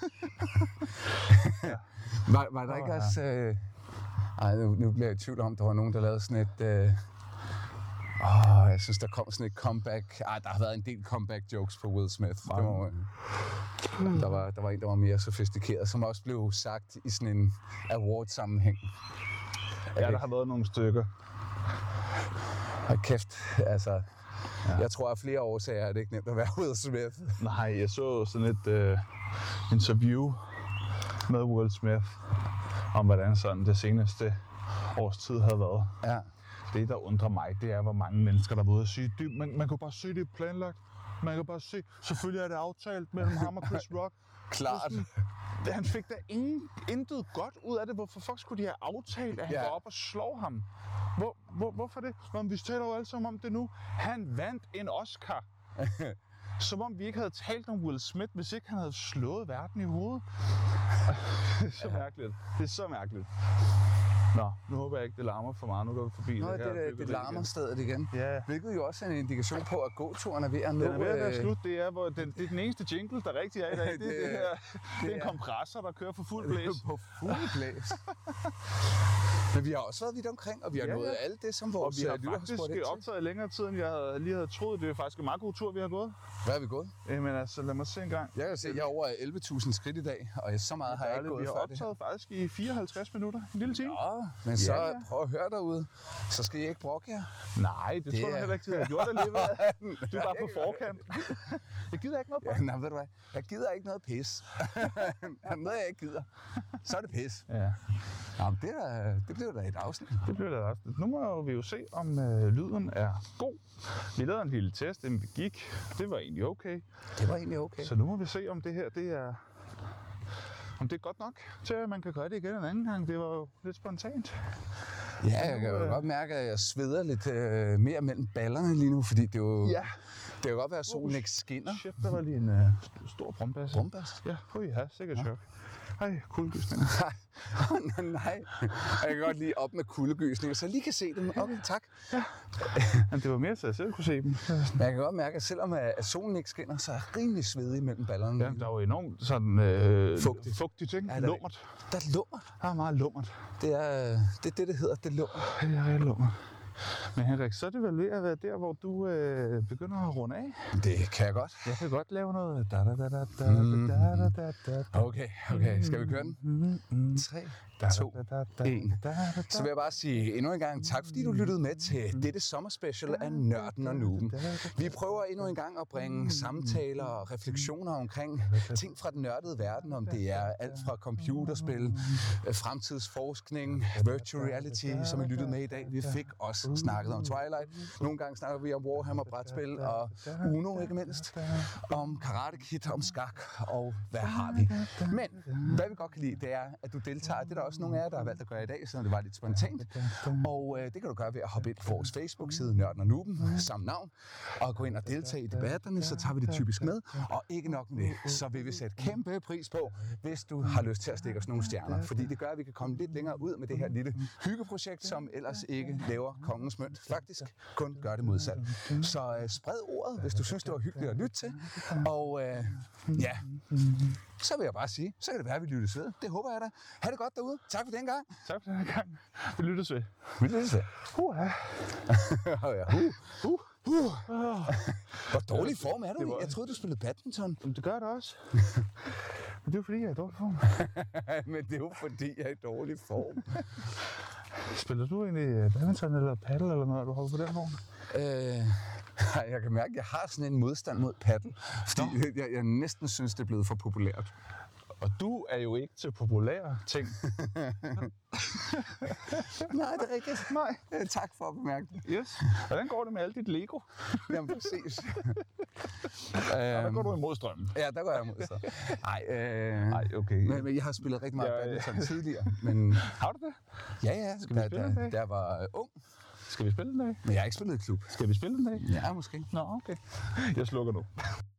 Var, var der ikke også... Øh... Ej, nu, nu bliver jeg i tvivl om, der var nogen, der lavede sådan et... Øh... Åh, jeg synes, der kom sådan et comeback. Ej, der har været en del comeback jokes på Will Smith. Det var, øh... der, var, der var en, der var mere sofistikeret, som også blev sagt i sådan en award-sammenhæng. Ja, der har været nogle stykker. Hold kæft, altså... Ja. Jeg tror, at flere årsager er det ikke nemt at være Will Smith. Nej, jeg så sådan et øh, interview med Will Smith om, hvordan sådan det seneste års tid havde været. Ja. det, der undrer mig, det er, hvor mange mennesker, der er ude og sige, det, man, man kan bare se, det er planlagt. Man kan bare se, selvfølgelig er det aftalt mellem ham og Chris Rock. Klart. Sådan, han fik da ingen, intet godt ud af det. Hvorfor fuck skulle de have aftalt, at han Ja. går op og slår ham? Hvor, hvor, hvorfor det? Nå, vi taler jo alle sammen om det nu. Han vandt en Oscar. Som om vi ikke havde talt om Will Smith, hvis ikke han havde slået verden i hovedet. Det er så ja. mærkeligt. Det er så mærkeligt. Nå, nu håber jeg ikke, det larmer for meget. Nu går vi forbi Nå, det her. det, det, det larmer stedet igen. Ja. Hvilket jo også er en indikation på, at gåturen er ved at nå... Den er ved at være øh, slut. Det er, hvor den, det er den eneste jingle, der rigtig er i dag. Det, det, det, her, det, det er en kompressor, der kører for fuld blæs. På fuld blæs. Men vi har også været vidt omkring, og vi har Ja, nået ja. alt det, som Og vores vi har lytter har faktisk spurgt ind til. optaget længere tid, end jeg havde, lige havde troet. Det er faktisk en meget god tur, vi har gået. Hvad er vi gået? Men altså, lad mig se en gang. Jeg kan se, jeg er over elleve tusind skridt i dag, og så meget har jeg ikke gået Vi har før det her. optaget faktisk i fireoghalvtreds minutter. En lille time. Ja, men så Ja, ja. prøv at høre derude. Så skal I ikke brokke jer. Nej, det, det tror er- jeg heller ikke, at jeg gjort alligevel. Du er bare på forkant. Jeg gider ikke noget på. Ja, nej, ved du hvad? Jeg gider ikke noget pis. Er der noget, jeg ikke gider, så er det pis. Ja, Nå, men det, er, det bliver da et afsnit. det bliver det også. Nu må vi jo se, om øh, lyden er god. Vi lavede en lille test, inden vi gik. Det var egentlig okay. Det var egentlig okay. Så nu må vi se, om det her det er, om det er godt nok til, at man kan gøre det igen en anden gang. Det var jo lidt spontant. Ja, jeg kan jo godt mærke, at jeg sveder lidt øh, mere mellem ballerne lige nu, fordi det er jo... Ja. Det kan jo godt være, at solen ikke skinner. Shit, der var lige en øh, st- stor brumbasse. Brumbas? Ja, hui, ja, sikkert chok. Hej, kuldegysning. Nej, nej. Og jeg kan godt lige op med kuldegysninger, så jeg lige kan se dem. Okay, tak. Men det var mere, så jeg selv kunne se dem. Men jeg kan godt mærke, at selvom at solen ikke skinner, så er jeg rimelig svedig mellem ballerne. Ja, der var enormt sådan øh, Fugtigt. fugtigt, ikke? Ja, der er Lummert. Der er lummer. Der er meget lummert. Det er det, er det, det hedder. Det er lummer. Det er rigtig lummert. Men Henrik, så er det vel ved at være der, hvor du øh, begynder at runde af. Det kan jeg godt. Jeg kan godt lave noget. Da, da, da, da, da, da, da, da, da. Okay, okay. Skal vi køre den? tre, to, en. Så vil jeg bare sige endnu en gang tak, fordi du lyttede med til dette sommerspecial af Nørden og Nuben. Vi prøver endnu en gang at bringe samtaler og refleksioner omkring ting fra den nørdede verden, om det er alt fra computerspil, fremtidsforskning, virtual reality, som I lyttede med i dag. Vi fik også snakket om Twilight. Nogle gange snakker vi om Warhammer, brætspil og Uno ikke mindst. Om Karate Kid, om skak og hvad har vi. Men hvad vi godt kan lide, det er, at du deltager. Det er der også nogle af jer, der har valgt at gøre i dag, så det var lidt spontant. Og øh, det kan du gøre ved at hoppe ind på vores Facebook-side, Nørden og Nuben, samme navn, og gå ind og deltage i debatterne, så tager vi det typisk med. Og ikke nok med det, så vil vi sætte kæmpe pris på, hvis du har lyst til at stikke os nogle stjerner. Fordi det gør, at vi kan komme lidt længere ud med det her lille hyggeprojekt, som ellers ikke laver kongens mønt. Faktisk kun gør det modsat. Så øh, spred ordet, hvis du synes, det var hyggeligt at lytte til. Og øh, ja, så vil jeg bare sige, så kan det være, at vi lyttes ved. Det håber jeg da. Ha' det godt derude. Tak for den gang. Tak for den her gang. Vi lyttes ved. Vi lyttes ved. Uh, ja. uh, uh, uh. Hvor dårlig form er du i? Jeg troede, du spillede badminton. Jamen, det gør det også. Men det er jo fordi, jeg er i dårlig form. Men det er jo fordi, jeg er i dårlig form. Spiller du egentlig badminton eller paddle eller noget, du holder på den form? Øh, jeg kan mærke, at jeg har sådan en modstand mod paddle. Fordi jeg, jeg næsten synes, det er blevet for populært. Og du er jo ikke til populære ting. Nej, det er rigtigt. Nej. Øh, tak for at bemærke det. Yes. Hvordan går det med alt dit Lego? Jamen, præcis. Ja, der øhm, går du imod strømmen. ja, der går jeg imod så. Nej, øh, Nej, okay. men, men jeg har spillet rigtig meget Ja, ja. badminton tidligere. Men Har du det? ja, ja, Skal vi da, spille da, en dag? da jeg var øh, ung. Skal vi spille den dag? Men jeg har ikke spillet i klub. Skal vi spille den dag? Ja, måske. Nå, okay. Jeg slukker nu.